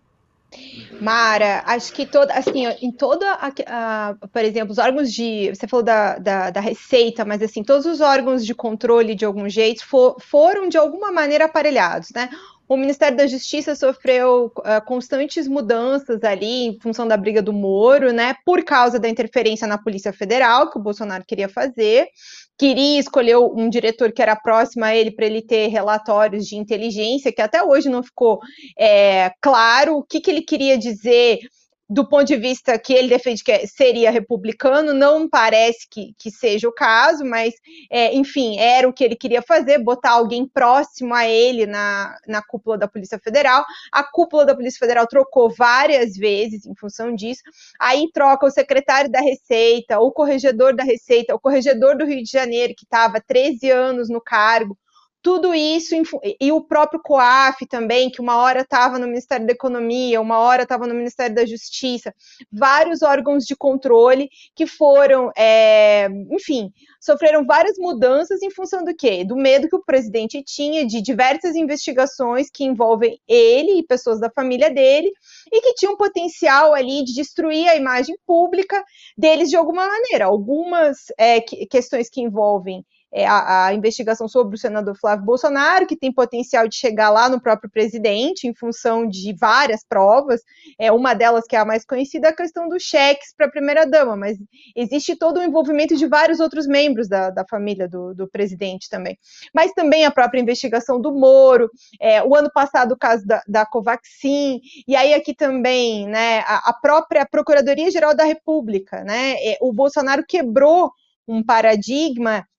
Mara, acho que toda, assim, em toda, a, a, por exemplo, os órgãos de, você falou da, da, da Receita, mas assim, todos os órgãos de controle, de algum jeito, for, foram de alguma maneira aparelhados, né? O Ministério da Justiça sofreu uh, constantes mudanças ali em função da briga do Moro, né? Por causa da interferência na Polícia Federal, que o Bolsonaro queria fazer. Queria escolher um diretor que era próximo a ele para ele ter relatórios de inteligência, que até hoje não ficou é, claro o que, que ele queria dizer do ponto de vista que ele defende que seria republicano. Não parece que, que seja o caso, mas, é, enfim, era o que ele queria fazer, botar alguém próximo a ele na, na cúpula da Polícia Federal. A cúpula da Polícia Federal trocou várias vezes em função disso. Aí troca o secretário da Receita, o corregedor da Receita, o corregedor do Rio de Janeiro, que estava treze anos no cargo. Tudo isso, e o próprio COAF também, que uma hora estava no Ministério da Economia, uma hora estava no Ministério da Justiça, vários órgãos de controle que foram, é, enfim, sofreram várias mudanças em função do quê? Do medo que o presidente tinha de diversas investigações que envolvem ele e pessoas da família dele, e que tinham potencial ali de destruir a imagem pública deles de alguma maneira. Algumas é, que, questões que envolvem É a, a investigação sobre o senador Flávio Bolsonaro, que tem potencial de chegar lá no próprio presidente, em função de várias provas. É, uma delas, que é a mais conhecida, é a questão dos cheques para a primeira-dama, mas existe todo o envolvimento de vários outros membros da, da família do, do presidente também. Mas também a própria investigação do Moro, é, o ano passado o caso da, da Covaxin, e aí aqui também, né, a, a própria Procuradoria-Geral da República, né, é, o Bolsonaro quebrou um paradigma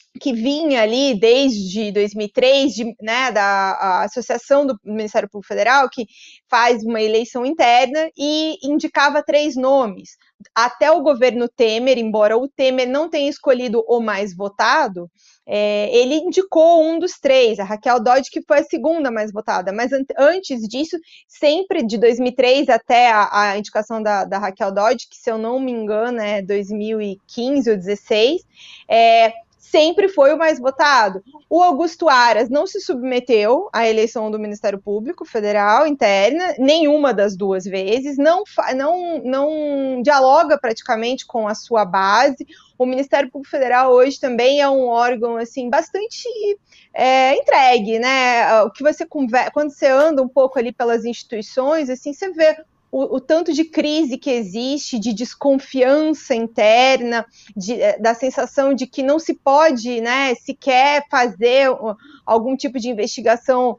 que vinha ali desde dois mil e três, de, né, da a Associação do Ministério Público Federal, que faz uma eleição interna e indicava três nomes. Até o governo Temer, embora o Temer não tenha escolhido o mais votado, é, ele indicou um dos três, a Raquel Dodge, que foi a segunda mais votada, mas an antes disso, sempre de dois mil e três até a, a indicação da, da Raquel Dodge, que se eu não me engano é dois mil e quinze ou dezesseis, é, sempre foi o mais votado. O Augusto Aras não se submeteu à eleição do Ministério Público Federal interna, nenhuma das duas vezes, não, não, não dialoga praticamente com a sua base. O Ministério Público Federal hoje também é um órgão assim bastante é, entregue, né? O que você conversa, quando você anda um pouco ali pelas instituições, assim, você vê O, o tanto de crise que existe, de desconfiança interna, de, da sensação de que não se pode, né, sequer fazer algum tipo de investigação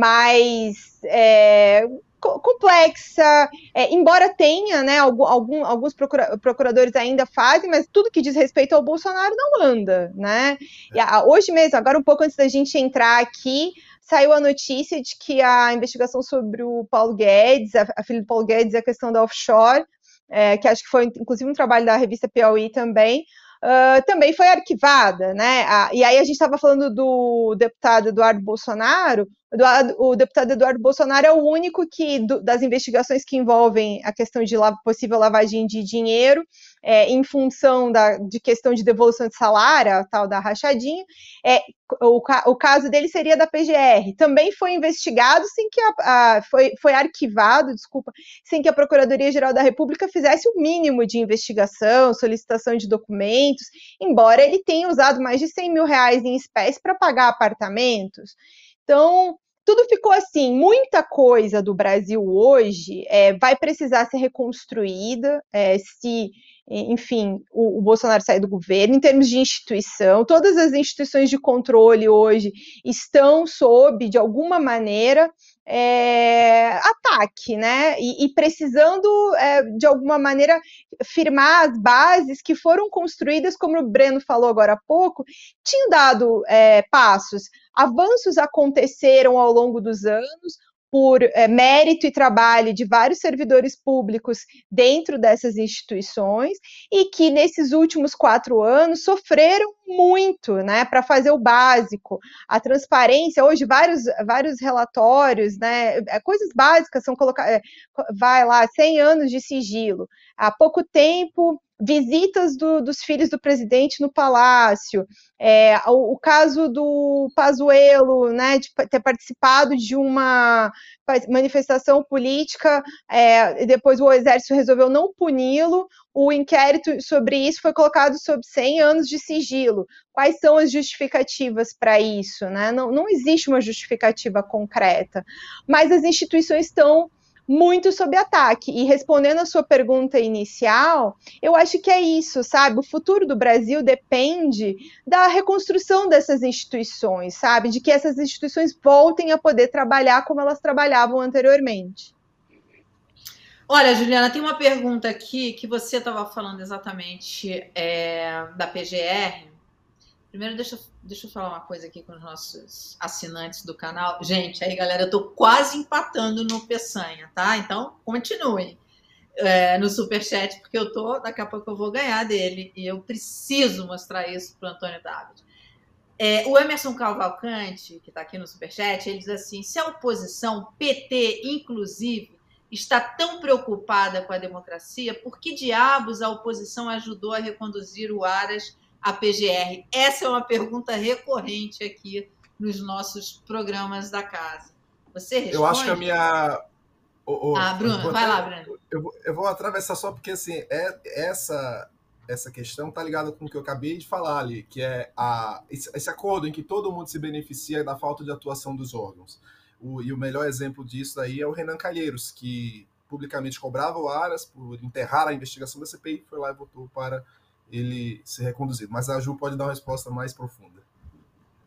mais é, complexa, é, embora tenha, né, algum, algum, alguns procura, procuradores ainda fazem, mas tudo que diz respeito ao Bolsonaro não anda, né? E a, hoje mesmo, agora um pouco antes da gente entrar aqui, saiu a notícia de que a investigação sobre o Paulo Guedes, a, a filha do Paulo Guedes, a questão da offshore, é, que acho que foi inclusive um trabalho da revista Piauí também, uh, também foi arquivada, né? A, e aí a gente estava falando do deputado Eduardo Bolsonaro. Eduardo, o deputado Eduardo Bolsonaro é o único que, do, das investigações que envolvem a questão de la, possível lavagem de dinheiro, é, em função da, de questão de devolução de salário, a tal da rachadinha, é, o, o caso dele seria da P G R. Também foi investigado sem que a, a, foi, foi arquivado, desculpa, sem que a Procuradoria-Geral da República fizesse o mínimo de investigação, solicitação de documentos, embora ele tenha usado mais de cem mil reais em espécie para pagar apartamentos. Então, tudo ficou assim, muita coisa do Brasil hoje é, vai precisar ser reconstruída, é, se, enfim, o, o Bolsonaro sair do governo, em termos de instituição, todas as instituições de controle hoje estão sob, de alguma maneira, é, ataque, né, e, e precisando, é, de alguma maneira, firmar as bases que foram construídas, como o Breno falou agora há pouco, tinham dado é, passos. Avanços aconteceram ao longo dos anos por é, mérito e trabalho de vários servidores públicos dentro dessas instituições e que nesses últimos quatro anos sofreram muito, né, para fazer o básico. A transparência, hoje vários, vários relatórios, né, coisas básicas são colocadas, vai lá, cem anos de sigilo. Há pouco tempo, visitas do, dos filhos do presidente no palácio, é, o, o caso do Pazuello, né, de ter participado de uma manifestação política, é, depois o exército resolveu não puni-lo, o inquérito sobre isso foi colocado sob cem anos de sigilo. Quais são as justificativas para isso, né? Não, não existe uma justificativa concreta, mas as instituições estão muito sob ataque. E respondendo a sua pergunta inicial, eu acho que é isso, sabe? O futuro do Brasil depende da reconstrução dessas instituições, sabe? De que essas instituições voltem a poder trabalhar como elas trabalhavam anteriormente. Olha, Juliana, tem uma pergunta aqui que você estava falando exatamente é, da P G R. Primeiro, deixa, deixa eu falar uma coisa aqui com os nossos assinantes do canal. Gente, aí, galera, eu tô quase empatando no Peçanha, tá? Então, continuem é, no Superchat, porque eu tô, daqui a pouco eu vou ganhar dele. E eu preciso mostrar isso pro Antônio David. É, o Emerson Cavalcante, que tá aqui no Superchat, ele diz assim, se a oposição, P T inclusive, está tão preocupada com a democracia, por que diabos a oposição ajudou a reconduzir o Aras à P G R? Essa é uma pergunta recorrente aqui nos nossos programas da casa. Você responde? Eu acho que a minha... Oh, oh, ah, Bruno, vou, vai lá, Bruno. Eu vou, eu vou atravessar só porque, assim, é, essa, essa questão está ligada com o que eu acabei de falar ali, que é a, esse, esse acordo em que todo mundo se beneficia da falta de atuação dos órgãos. O, e o melhor exemplo disso daí é o Renan Calheiros, que publicamente cobrava o Aras por enterrar a investigação da C P I, foi lá e votou para ele ser reconduzido. Mas a Ju pode dar uma resposta mais profunda.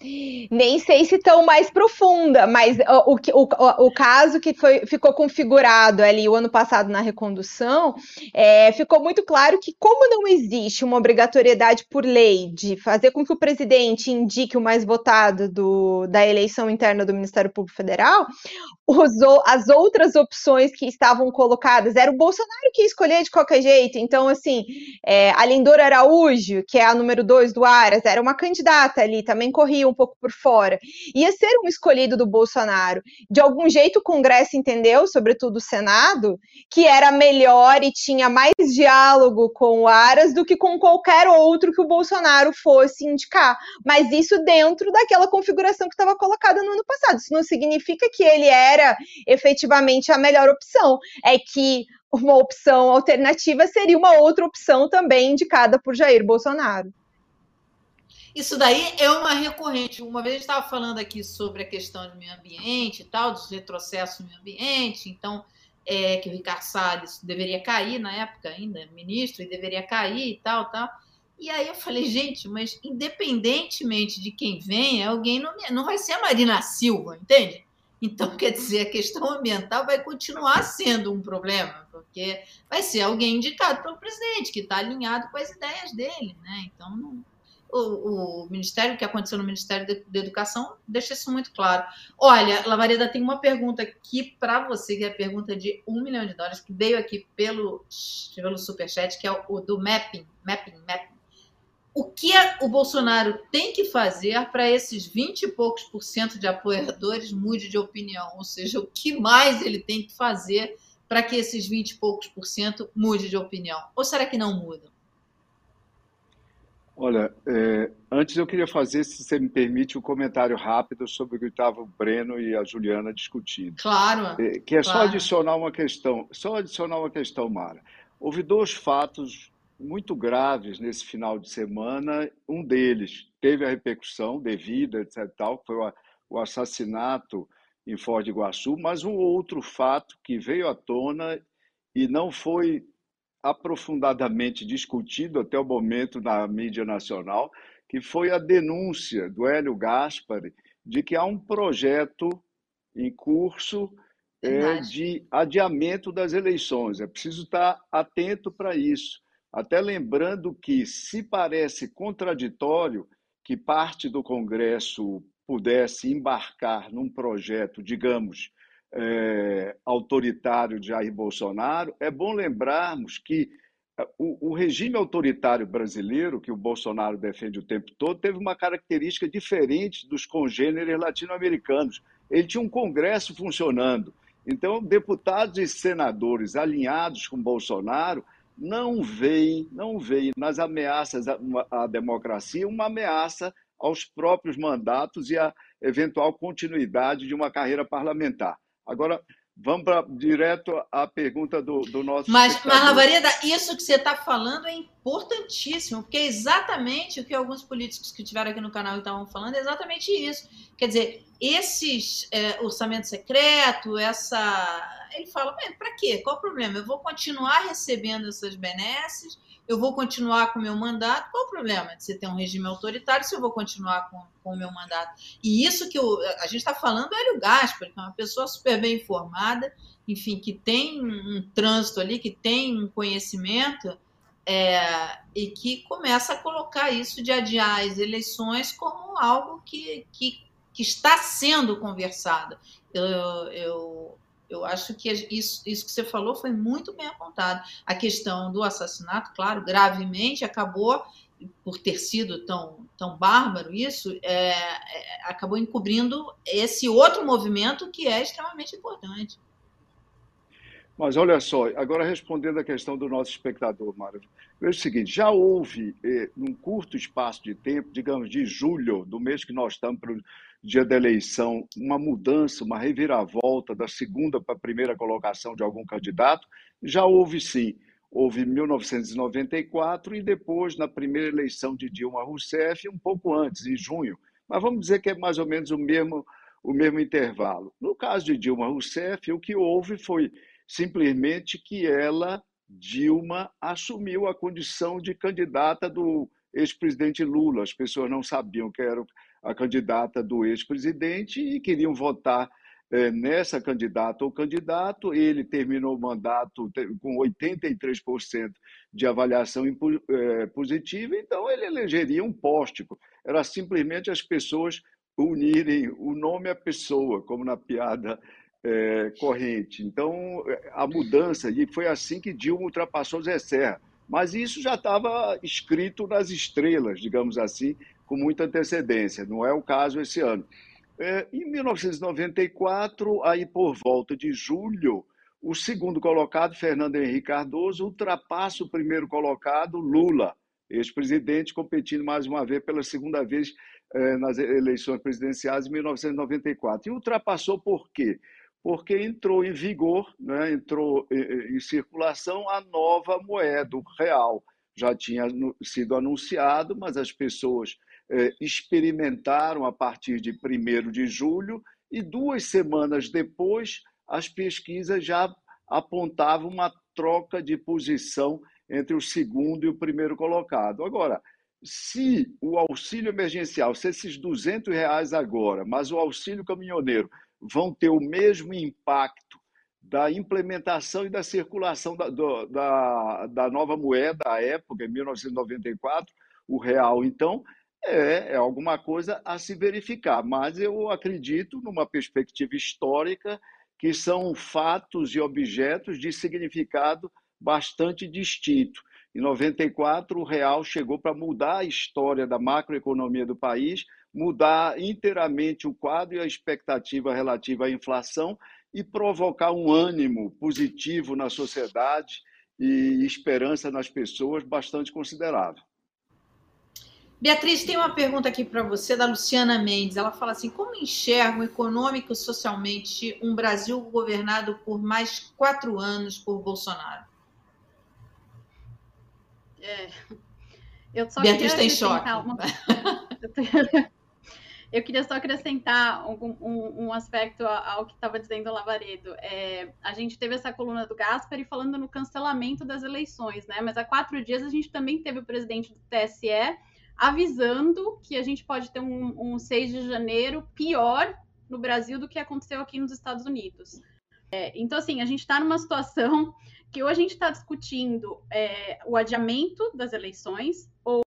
Nem sei se tão mais profunda, mas o, o, o, o caso que foi, ficou configurado ali o ano passado na recondução, é, ficou muito claro que, como não existe uma obrigatoriedade por lei de fazer com que o presidente indique o mais votado do, da eleição interna do Ministério Público Federal, os, as outras opções que estavam colocadas, era o Bolsonaro que ia escolher de qualquer jeito. Então, assim, é, a Lindora Araújo, que é a número dois do Aras, era uma candidata ali, também corria um pouco por fora. Ia ser um escolhido do Bolsonaro. De algum jeito o Congresso entendeu, sobretudo o Senado, que era melhor e tinha mais diálogo com o Aras do que com qualquer outro que o Bolsonaro fosse indicar. Mas isso dentro daquela configuração que estava colocada no ano passado. Isso não significa que ele era efetivamente a melhor opção. É que uma opção alternativa seria uma outra opção também indicada por Jair Bolsonaro. Isso daí é uma recorrente. Uma vez a gente estava falando aqui sobre a questão do meio ambiente e tal, dos retrocessos no meio ambiente, então, é, que o Ricardo Salles deveria cair na época ainda, ministro, e deveria cair e tal, tal. E aí eu falei, gente, mas independentemente de quem vem, alguém não, não vai ser a Marina Silva, entende? Então, quer dizer, a questão ambiental vai continuar sendo um problema, porque vai ser alguém indicado pelo presidente, que está alinhado com as ideias dele, né? Então, não, o, o Ministério, o que aconteceu no Ministério da Educação, deixa isso muito claro. Olha, Lavareda, tem uma pergunta aqui para você, que é a pergunta de um milhão de dólares, que veio aqui pelo, pelo Superchat, que é o, o do Mapping, Mapping, Mapping. O que o Bolsonaro tem que fazer para esses vinte e poucos por cento de apoiadores mude de opinião? Ou seja, o que mais ele tem que fazer para que esses vinte e poucos por cento mude de opinião? Ou será que não muda? Olha, é, antes eu queria fazer, se você me permite, um comentário rápido sobre o que estava o Breno e a Juliana discutindo. Claro. É, que é claro. só adicionar uma questão, só adicionar uma questão, Mara. Houve dois fatos muito graves nesse final de semana. Um deles teve a repercussão devida, etc, tal, que foi o assassinato em Foz do Iguaçu, mas um outro fato que veio à tona e não foi aprofundadamente discutido até o momento na mídia nacional, que foi a denúncia do Hélio Gaspari de que há um projeto em curso é, de adiamento das eleições. É preciso estar atento para isso. Até lembrando que, se parece contraditório que parte do Congresso pudesse embarcar num projeto, digamos, é, autoritário de Jair Bolsonaro, é bom lembrarmos que o, o regime autoritário brasileiro, que o Bolsonaro defende o tempo todo, teve uma característica diferente dos congêneres latino-americanos. Ele tinha um Congresso funcionando. Então, deputados e senadores alinhados com Bolsonaro não veem, não veem nas ameaças à, à democracia uma ameaça aos próprios mandatos e à eventual continuidade de uma carreira parlamentar. Agora, vamos pra, direto à pergunta do, do nosso Mas, mas, Lavareda, isso que você está falando é importantíssimo, porque é exatamente o que alguns políticos que estiveram aqui no canal estavam falando, é exatamente isso. Quer dizer, esses é, orçamento secreto, essa... Ele fala, para quê? Qual o problema? Eu vou continuar recebendo essas benesses, eu vou continuar com o meu mandato. Qual o problema de você ter um regime autoritário se eu vou continuar com, com o meu mandato? E isso que eu, a gente está falando do Hélio Gaspari, que é uma pessoa super bem informada, enfim, que tem um trânsito ali, que tem um conhecimento, é, e que começa a colocar isso de adiar as eleições como algo que, que, que está sendo conversado. Eu... eu Eu acho que isso, isso que você falou foi muito bem apontado. A questão do assassinato, claro, gravemente, acabou, por ter sido tão, tão bárbaro isso, é, é, acabou encobrindo esse outro movimento que é extremamente importante. Mas olha só, agora respondendo à questão do nosso espectador, Mara, veja o seguinte, já houve, eh, num curto espaço de tempo, digamos de julho, do mês que nós estamos para o dia da eleição, uma mudança, uma reviravolta da segunda para a primeira colocação de algum candidato? Já houve sim. Houve em mil novecentos e noventa e quatro e depois na primeira eleição de Dilma Rousseff, um pouco antes, em junho. Mas vamos dizer que é mais ou menos o mesmo, o mesmo intervalo. No caso de Dilma Rousseff, o que houve foi simplesmente que ela, Dilma, assumiu a condição de candidata do ex-presidente Lula. As pessoas não sabiam quem era a candidata do ex-presidente e queriam votar é, nessa candidata ou candidato. Ele terminou o mandato com oitenta e três por cento de avaliação é, positiva, então ele elegeria um póstico. Era simplesmente as pessoas unirem o nome à pessoa, como na piada é, corrente. Então, a mudança, e foi assim que Dilma ultrapassou Zé Serra. Mas isso já estava escrito nas estrelas, digamos assim, com muita antecedência. Não é o caso esse ano. É, em mil novecentos e noventa e quatro, aí por volta de julho, o segundo colocado, Fernando Henrique Cardoso, ultrapassa o primeiro colocado, Lula, ex-presidente, competindo mais uma vez pela segunda vez eh, nas eleições presidenciais em mil novecentos e noventa e quatro. E ultrapassou por quê? Porque entrou em vigor, né, entrou em, em circulação a nova moeda, o real. Já tinha sido anunciado, mas as pessoas eh, experimentaram a partir de primeiro de julho e duas semanas depois as pesquisas já apontavam uma troca de posição entre o segundo e o primeiro colocado. Agora, se o auxílio emergencial, se esses duzentos reais agora, mas o auxílio caminhoneiro vão ter o mesmo impacto da implementação e da circulação da, do, da, da nova moeda à época, em mil novecentos e noventa e quatro, o real, então, é, é alguma coisa a se verificar. Mas eu acredito numa perspectiva histórica que são fatos e objetos de significado bastante distinto. Em noventa e quatro, o real chegou para mudar a história da macroeconomia do país, mudar inteiramente o quadro e a expectativa relativa à inflação e provocar um ânimo positivo na sociedade e esperança nas pessoas bastante considerável. Beatriz, tem uma pergunta aqui para você da Luciana Mendes. Ela fala assim: como enxergam econômico e socialmente um Brasil governado por mais quatro anos por Bolsonaro? É, eu só Beatriz tem choque. Uma... Eu queria só acrescentar um, um, um aspecto ao que estava dizendo o Lavaredo. É, a gente teve essa coluna do Gaspari falando no cancelamento das eleições, né? Mas há quatro dias a gente também teve o presidente do T S E avisando que a gente pode ter um, um seis de janeiro pior no Brasil do que aconteceu aqui nos Estados Unidos. É, então, assim, a gente está numa situação que ou a gente está discutindo é, o adiamento das eleições, ou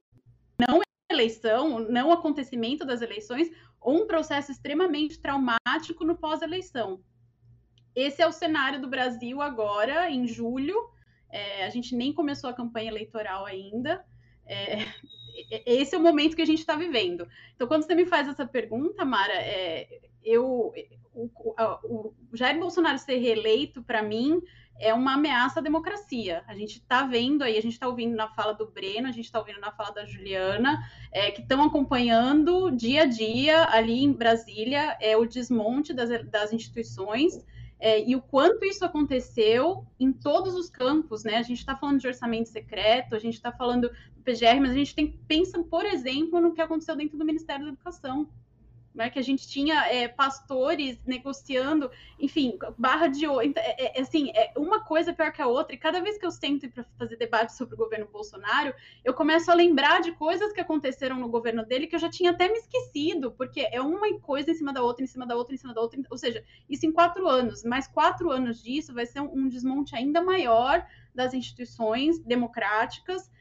não eleição, não acontecimento das eleições, ou um processo extremamente traumático no pós-eleição. Esse é o cenário do Brasil agora, em julho. É, a gente nem começou a campanha eleitoral ainda. É, esse é o momento que a gente está vivendo. Então, quando você me faz essa pergunta, Mara, é, eu, o, o, o Jair Bolsonaro ser reeleito, para mim, é uma ameaça à democracia. A gente está vendo aí, a gente está ouvindo na fala do Breno, a gente está ouvindo na fala da Juliana, é, que estão acompanhando dia a dia ali em Brasília é, o desmonte das, das instituições. É, e o quanto isso aconteceu em todos os campos, né? A gente está falando de orçamento secreto, a gente está falando do P G R, mas a gente tem, pensa, por exemplo, no que aconteceu dentro do Ministério da Educação, né? Que a gente tinha é, pastores negociando, enfim, barra de ouro. É, é, assim, é uma coisa pior que a outra, e cada vez que eu sento para fazer debate sobre o governo Bolsonaro, eu começo a lembrar de coisas que aconteceram no governo dele que eu já tinha até me esquecido, porque é uma coisa em cima da outra, em cima da outra, em cima da outra, ou seja, isso em quatro anos, mais quatro anos disso vai ser um, um desmonte ainda maior das instituições democráticas.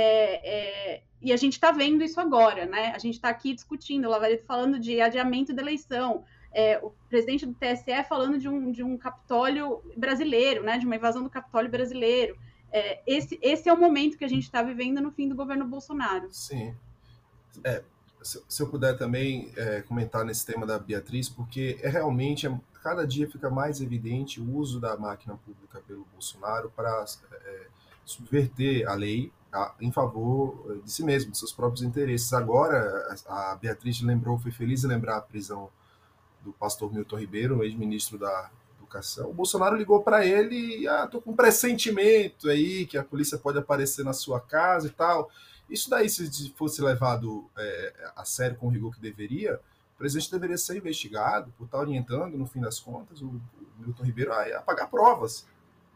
É, é, e a gente está vendo isso agora, né? A gente está aqui discutindo, o Lavaredo falando de adiamento da eleição, é, o presidente do T S E falando de um, de um Capitólio brasileiro, né? De uma invasão do Capitólio brasileiro. É, esse, esse é o momento que a gente está vivendo no fim do governo Bolsonaro. Sim. É, se, se eu puder também é, comentar nesse tema da Beatriz, porque é realmente, é, cada dia fica mais evidente o uso da máquina pública pelo Bolsonaro para é, subverter a lei em favor de si mesmo, de seus próprios interesses. Agora, a Beatriz lembrou, foi feliz em lembrar a prisão do pastor Milton Ribeiro, ex-ministro da Educação. O Bolsonaro ligou para ele e, ah, tô com um pressentimento aí que a polícia pode aparecer na sua casa e tal. Isso daí, se fosse levado é, a sério com o rigor que deveria, o presidente deveria ser investigado por estar orientando, no fim das contas, o, o Milton Ribeiro a, a pagar provas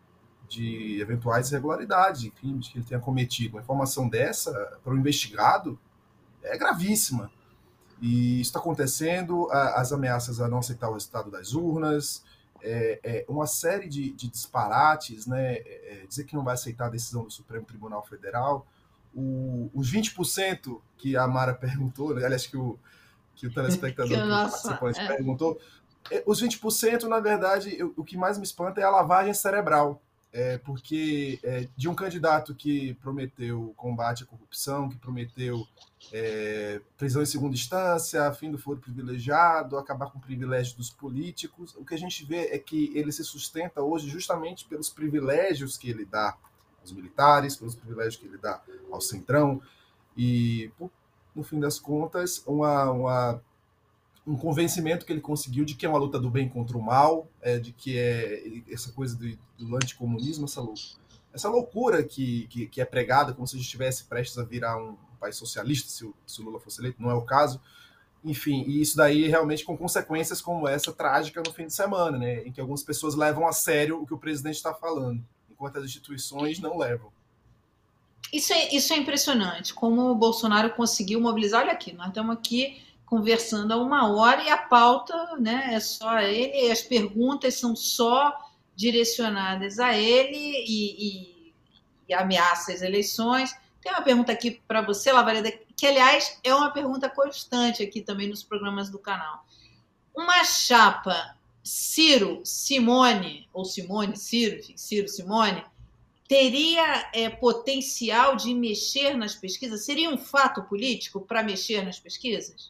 de eventuais irregularidades, de crimes que ele tenha cometido. Uma informação dessa, para o investigado, é gravíssima. E isso está acontecendo, as ameaças a não aceitar o resultado das urnas, é, é uma série de, de disparates, né? É, dizer que não vai aceitar a decisão do Supremo Tribunal Federal, o, os vinte por cento que a Mara perguntou, né? Aliás, que o, que o telespectador, que o participante é. perguntou, os vinte por cento, na verdade, o, o que mais me espanta é a lavagem cerebral. É porque é, de um candidato que prometeu combate à corrupção, que prometeu é, prisão em segunda instância, fim do foro privilegiado, acabar com o privilégio dos políticos, o que a gente vê é que ele se sustenta hoje justamente pelos privilégios que ele dá aos militares, pelos privilégios que ele dá ao Centrão, e, no fim das contas, uma... uma um convencimento que ele conseguiu de que é uma luta do bem contra o mal, é, de que é essa coisa do, do anticomunismo, essa, essa loucura que, que, que é pregada como se a gente estivesse prestes a virar um país socialista, se o, se o Lula fosse eleito, não é o caso. Enfim, e isso daí realmente com consequências como essa trágica no fim de semana, né, em que algumas pessoas levam a sério o que o presidente está falando, enquanto as instituições não levam. Isso é, isso é impressionante, como o Bolsonaro conseguiu mobilizar. Olha aqui, nós estamos aqui conversando há uma hora e a pauta, né, é só ele, as perguntas são só direcionadas a ele e, e, e ameaça as eleições. Tem uma pergunta aqui para você, Lavareda, que, aliás, é uma pergunta constante aqui também nos programas do canal. Uma chapa Ciro, Simone, ou Simone, Ciro, enfim, Ciro, Simone, teria é, potencial de mexer nas pesquisas? Seria um fato político para mexer nas pesquisas?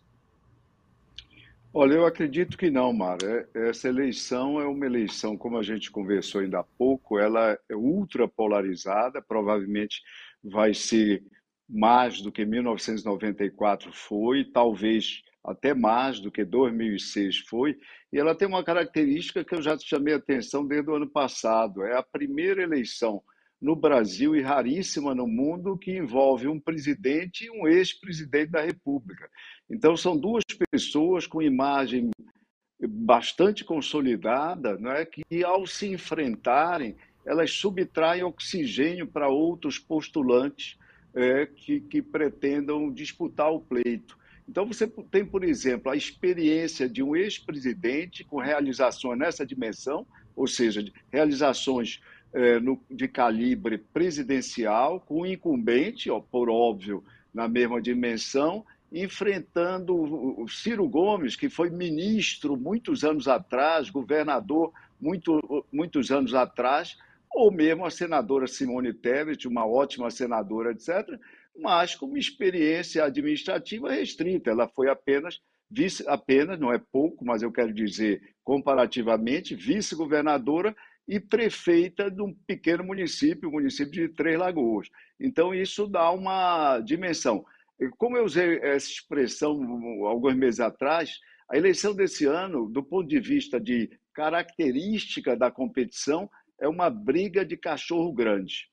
Olha, eu acredito que não, Mara. Essa eleição é uma eleição, como a gente conversou ainda há pouco, ela é ultra polarizada, provavelmente vai ser mais do que mil novecentos e noventa e quatro foi, talvez até mais do que dois mil e seis foi, e ela tem uma característica que eu já chamei a atenção desde o ano passado, é a primeira eleição no Brasil e raríssima no mundo que envolve um presidente e um ex-presidente da República. Então, são duas pessoas com imagem bastante consolidada, não é? Que, ao se enfrentarem, elas subtraem oxigênio para outros postulantes é, que, que pretendam disputar o pleito. Então, você tem, por exemplo, a experiência de um ex-presidente com realizações nessa dimensão, ou seja, realizações de calibre presidencial, com o incumbente, ó, por óbvio, na mesma dimensão, enfrentando o Ciro Gomes, que foi ministro muitos anos atrás, governador muito, muitos anos atrás, ou mesmo a senadora Simone Tebet, uma ótima senadora, etcétera, mas com uma experiência administrativa restrita. Ela foi apenas, vice, apenas, não é pouco, mas eu quero dizer, comparativamente, vice-governadora e prefeita de um pequeno município, o município de Três Lagoas. Então, isso dá uma dimensão. Como eu usei essa expressão alguns meses atrás, a eleição desse ano, do ponto de vista de característica da competição, é uma briga de cachorro grande.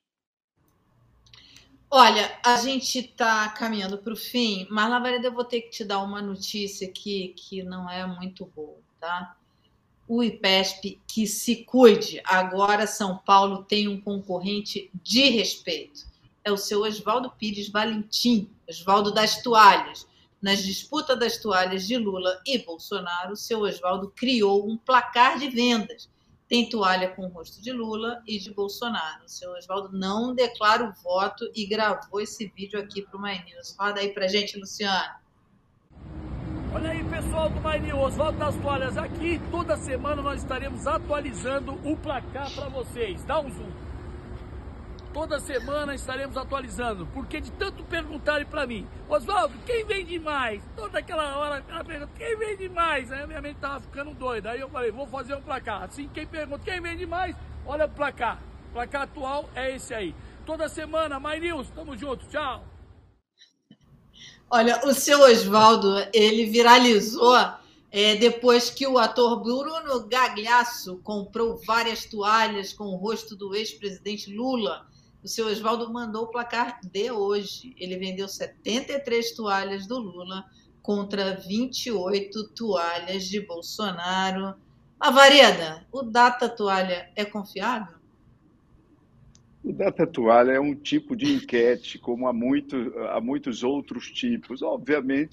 Olha, a gente está caminhando para o fim, mas, Lavareda, eu vou ter que te dar uma notícia aqui que não é muito boa, tá? O IPESP que se cuide. Agora São Paulo tem um concorrente de respeito. É o seu Oswaldo Pires Valentim, Oswaldo das toalhas. Nas disputas das toalhas de Lula e Bolsonaro, o seu Oswaldo criou um placar de vendas. Tem toalha com o rosto de Lula e de Bolsonaro. O seu Oswaldo não declara o voto e gravou esse vídeo aqui para o My News. Roda aí para a gente, Luciano. Olha aí, pessoal do My News, Oswaldo das toalhas aqui. Toda semana nós estaremos atualizando o placar para vocês. Dá um zoom. Toda semana estaremos atualizando, porque de tanto perguntarem para mim, Oswaldo, quem vende mais? Toda aquela hora, aquela pergunta, quem vende mais? Aí a minha mente tava ficando doida. Aí eu falei, vou fazer um placar. Assim, quem pergunta, quem vende mais? Olha o placar. O placar atual é esse aí. Toda semana, My News, tamo junto, tchau. Olha, o seu Oswaldo, ele viralizou é, depois que o ator Bruno Gagliasso comprou várias toalhas com o rosto do ex-presidente Lula. O seu Oswaldo mandou o placar de hoje. Ele vendeu setenta e três toalhas do Lula contra vinte e oito toalhas de Bolsonaro. Lavareda, o Data Toalha é confiável? O Data Toalha é um tipo de enquete, como há, muito, há muitos outros tipos. Obviamente,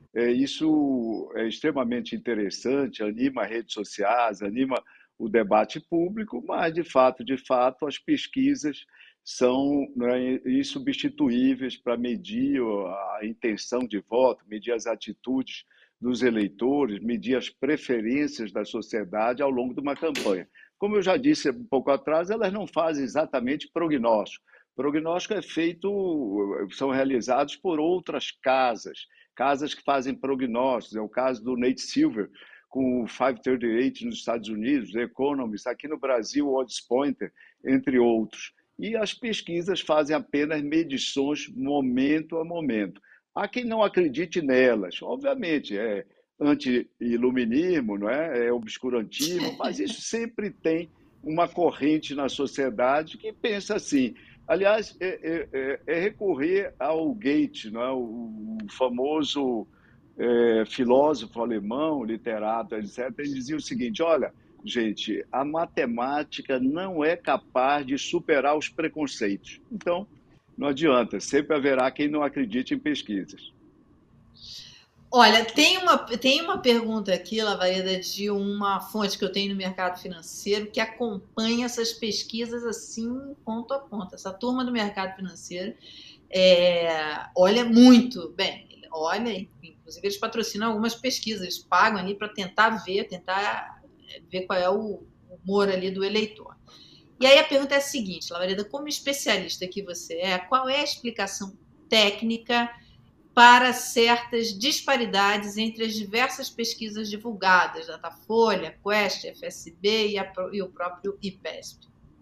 É, isso é extremamente interessante, anima redes sociais, anima o debate público, mas, de fato, de fato, as pesquisas são, né, insubstituíveis para medir a intenção de voto, medir as atitudes dos eleitores, medir as preferências da sociedade ao longo de uma campanha. Como eu já disse um pouco atrás, elas não fazem exatamente prognóstico. Prognóstico é feito, são realizados por outras casas, casas que fazem prognósticos. É o caso do Nate Silver, com o quinhentos e trinta e oito nos Estados Unidos, The Economist, aqui no Brasil, o Odds Pointer, entre outros. E as pesquisas fazem apenas medições momento a momento. Há quem não acredite nelas, obviamente, é anti-iluminismo, não é? É obscurantismo, mas isso sempre tem uma corrente na sociedade que pensa assim. Aliás, é, é, é recorrer ao Goethe, não é? O famoso é, filósofo alemão, literato, etcétera. Ele dizia o seguinte: olha, gente, a matemática não é capaz de superar os preconceitos. Então, não adianta, sempre haverá quem não acredite em pesquisas. Olha, tem uma, tem uma pergunta aqui, Lavareda, de uma fonte que eu tenho no mercado financeiro que acompanha essas pesquisas assim, ponto a ponto. Essa turma do mercado financeiro é, olha muito bem, olha, inclusive eles patrocinam algumas pesquisas, eles pagam ali para tentar ver, tentar ver qual é o humor ali do eleitor. E aí a pergunta é a seguinte, Lavareda, como especialista que você é, qual é a explicação técnica para certas disparidades entre as diversas pesquisas divulgadas, Datafolha, Quest, F S B e, a, e o próprio IPESP?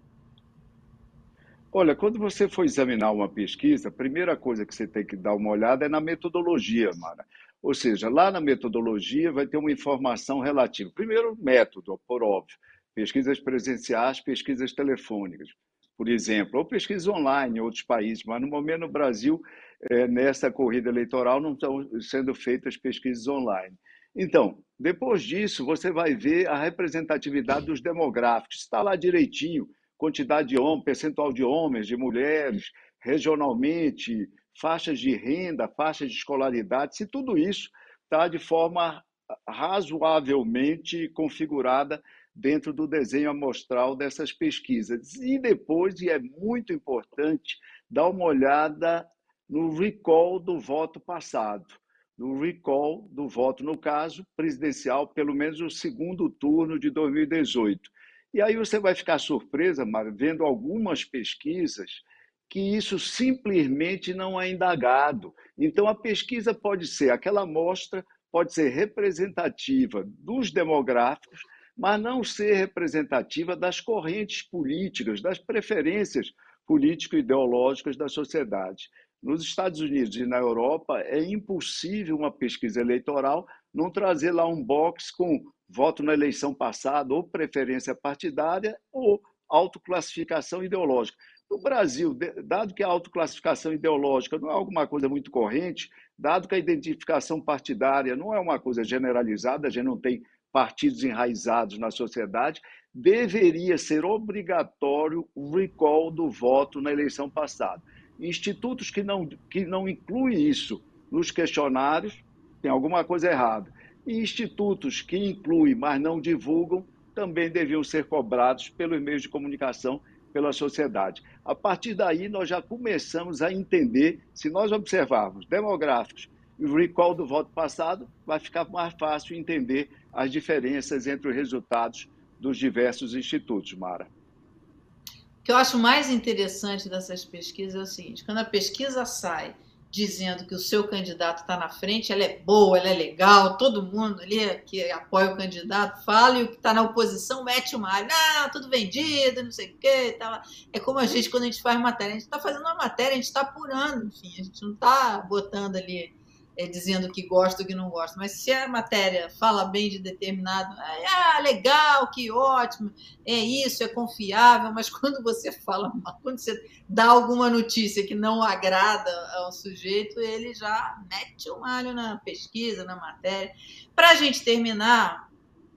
Olha, quando você for examinar uma pesquisa, a primeira coisa que você tem que dar uma olhada é na metodologia, Mara. Ou seja, lá na metodologia vai ter uma informação relativa. Primeiro, método, por óbvio. Pesquisas presenciais, pesquisas telefônicas, por exemplo, ou pesquisas online em outros países, mas no momento no Brasil, é, nessa corrida eleitoral, não estão sendo feitas pesquisas online. Então, depois disso, você vai ver a representatividade dos demográficos. Está lá direitinho, quantidade de homens, percentual de homens, de mulheres, regionalmente, faixas de renda, faixas de escolaridade, se tudo isso está de forma razoavelmente configurada dentro do desenho amostral dessas pesquisas. E depois, e é muito importante, dar uma olhada no recall do voto passado, no recall do voto, no caso presidencial, pelo menos o segundo turno de dois mil e dezoito. E aí você vai ficar surpresa, Mário, vendo algumas pesquisas que isso simplesmente não é indagado. Então, a pesquisa pode ser, aquela amostra pode ser representativa dos demográficos, mas não ser representativa das correntes políticas, das preferências político-ideológicas da sociedade. Nos Estados Unidos e na Europa, é impossível uma pesquisa eleitoral não trazer lá um box com voto na eleição passada, ou preferência partidária, ou autoclassificação ideológica. No Brasil, dado que a autoclassificação ideológica não é alguma coisa muito corrente, dado que a identificação partidária não é uma coisa generalizada, a gente não tem partidos enraizados na sociedade, deveria ser obrigatório o recall do voto na eleição passada. Institutos que não, que não incluem isso nos questionários, tem alguma coisa errada. E institutos que incluem, mas não divulgam, também deviam ser cobrados pelos meios de comunicação, pela sociedade. A partir daí, nós já começamos a entender, se nós observarmos demográficos e o recall do voto passado, vai ficar mais fácil entender as diferenças entre os resultados dos diversos institutos, Mara. O que eu acho mais interessante dessas pesquisas é o seguinte, quando a pesquisa sai dizendo que o seu candidato está na frente, ela é boa, ela é legal, todo mundo ali que apoia o candidato fala, e o que está na oposição mete o mar, ah, tudo vendido, não sei o quê. Tá. É como a gente, quando a gente faz matéria, a gente está fazendo uma matéria, a gente está apurando, enfim, a gente não está botando ali, é, dizendo que gosta ou que não gosta, mas se a matéria fala bem de determinado, ah, legal, que ótimo, é isso, é confiável, mas quando você fala, quando você dá alguma notícia que não agrada ao sujeito, ele já mete o malho na pesquisa, na matéria. Para a gente terminar,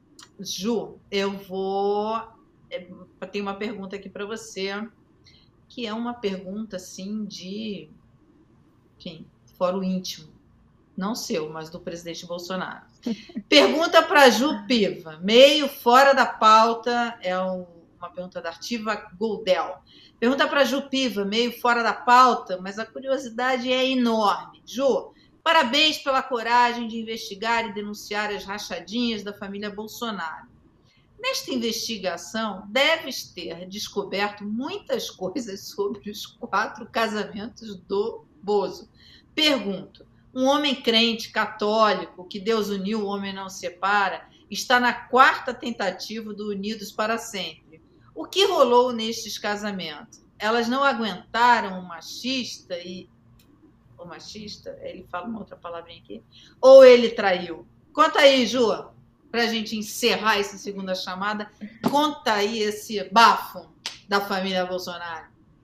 Ju, eu vou... Tem uma pergunta aqui para você, que é uma pergunta, assim, de... Enfim, fora o íntimo. Não seu, mas do presidente Bolsonaro. Pergunta para Ju Piva, meio fora da pauta, é uma pergunta da Artiva Goldel. Pergunta para Ju Piva, meio fora da pauta, mas a curiosidade é enorme. Ju, parabéns pela coragem de investigar e denunciar as rachadinhas da família Bolsonaro. Nesta investigação, deves ter descoberto muitas coisas sobre os quatro casamentos do Bozo. Pergunto, um homem crente, católico, que Deus uniu, o homem não separa, está na quarta tentativa do Unidos para Sempre. O que rolou nestes casamentos? Elas não aguentaram o machista e... O machista? Ele fala uma outra palavrinha aqui. Ou ele traiu? Conta aí, Ju, para a gente encerrar essa segunda chamada. Conta aí esse bafo da família Bolsonaro.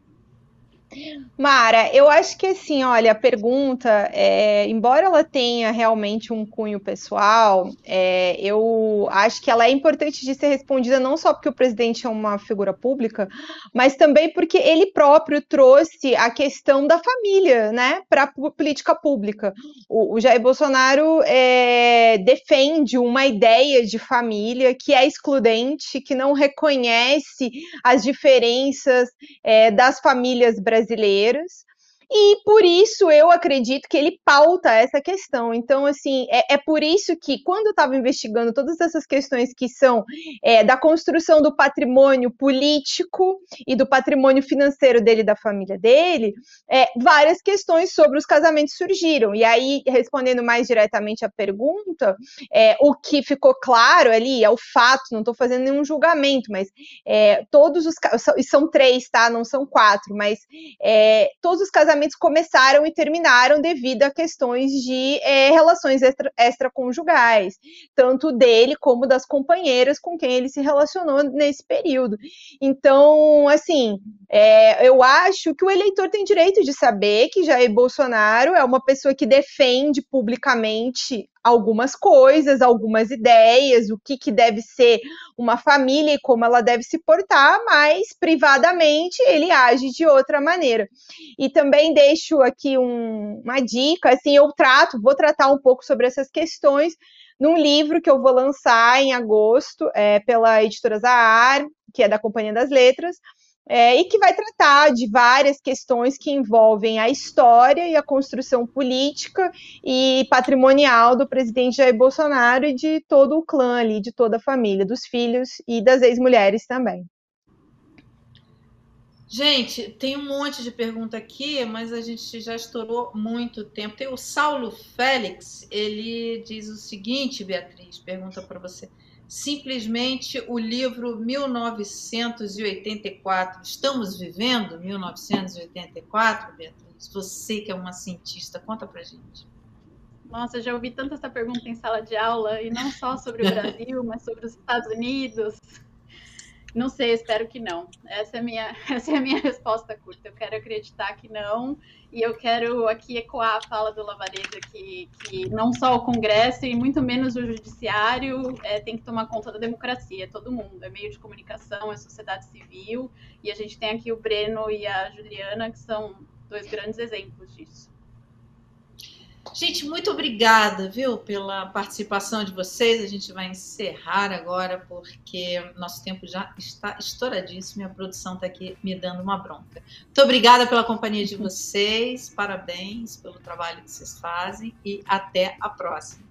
Mara, eu acho que assim, olha, a pergunta, é, embora ela tenha realmente um cunho pessoal, é, eu acho que ela é importante de ser respondida não só porque o presidente é uma figura pública, mas também porque ele próprio trouxe a questão da família, né, para a política pública. O, o Jair Bolsonaro é, defende uma ideia de família que é excludente, que não reconhece as diferenças é, das famílias brasileiras. brasileiras, e por isso eu acredito que ele pauta essa questão. Então, assim, é, é por isso que, quando eu estava investigando todas essas questões que são é, da construção do patrimônio político e do patrimônio financeiro dele e da família dele, é, várias questões sobre os casamentos surgiram. E aí, respondendo mais diretamente à pergunta, é, o que ficou claro ali é o fato, não estou fazendo nenhum julgamento, mas é, todos os, são três, tá? Não são quatro, mas é, todos os casamentos começaram e terminaram devido a questões de é, relações extra, extraconjugais, tanto dele como das companheiras com quem ele se relacionou nesse período. Então, assim, é, eu acho que o eleitor tem direito de saber que Jair Bolsonaro é uma pessoa que defende publicamente algumas coisas, algumas ideias, o que, que deve ser uma família e como ela deve se portar, mas privadamente ele age de outra maneira. E também deixo aqui um, uma dica, assim, eu trato, vou tratar um pouco sobre essas questões num livro que eu vou lançar em agosto, é, pela editora Zahar, que é da Companhia das Letras, É, e que vai tratar de várias questões que envolvem a história e a construção política e patrimonial do presidente Jair Bolsonaro e de todo o clã ali, de toda a família, dos filhos e das ex-mulheres também. Gente, tem um monte de pergunta aqui, mas a gente já estourou muito tempo. Tem o Saulo Félix, ele diz o seguinte, Beatriz, pergunta para você. Simplesmente o livro mil novecentos e oitenta e quatro. Estamos vivendo mil novecentos e oitenta e quatro, Beatriz? Você que é uma cientista, conta pra gente. Nossa, já ouvi tanto essa pergunta em sala de aula, e não só sobre o Brasil, mas sobre os Estados Unidos. Não sei, espero que não. Essa é a minha, essa é a minha resposta curta. Eu quero acreditar que não, e eu quero aqui ecoar a fala do Lavareda, que, que não só o Congresso e muito menos o Judiciário é, tem que tomar conta da democracia, é todo mundo, é meio de comunicação, é sociedade civil, e a gente tem aqui o Breno e a Juliana, que são dois grandes exemplos disso. Gente, muito obrigada, viu, pela participação de vocês. A gente vai encerrar agora, porque nosso tempo já está estouradíssimo e a produção está aqui me dando uma bronca. Muito obrigada pela companhia de vocês, parabéns pelo trabalho que vocês fazem e até a próxima.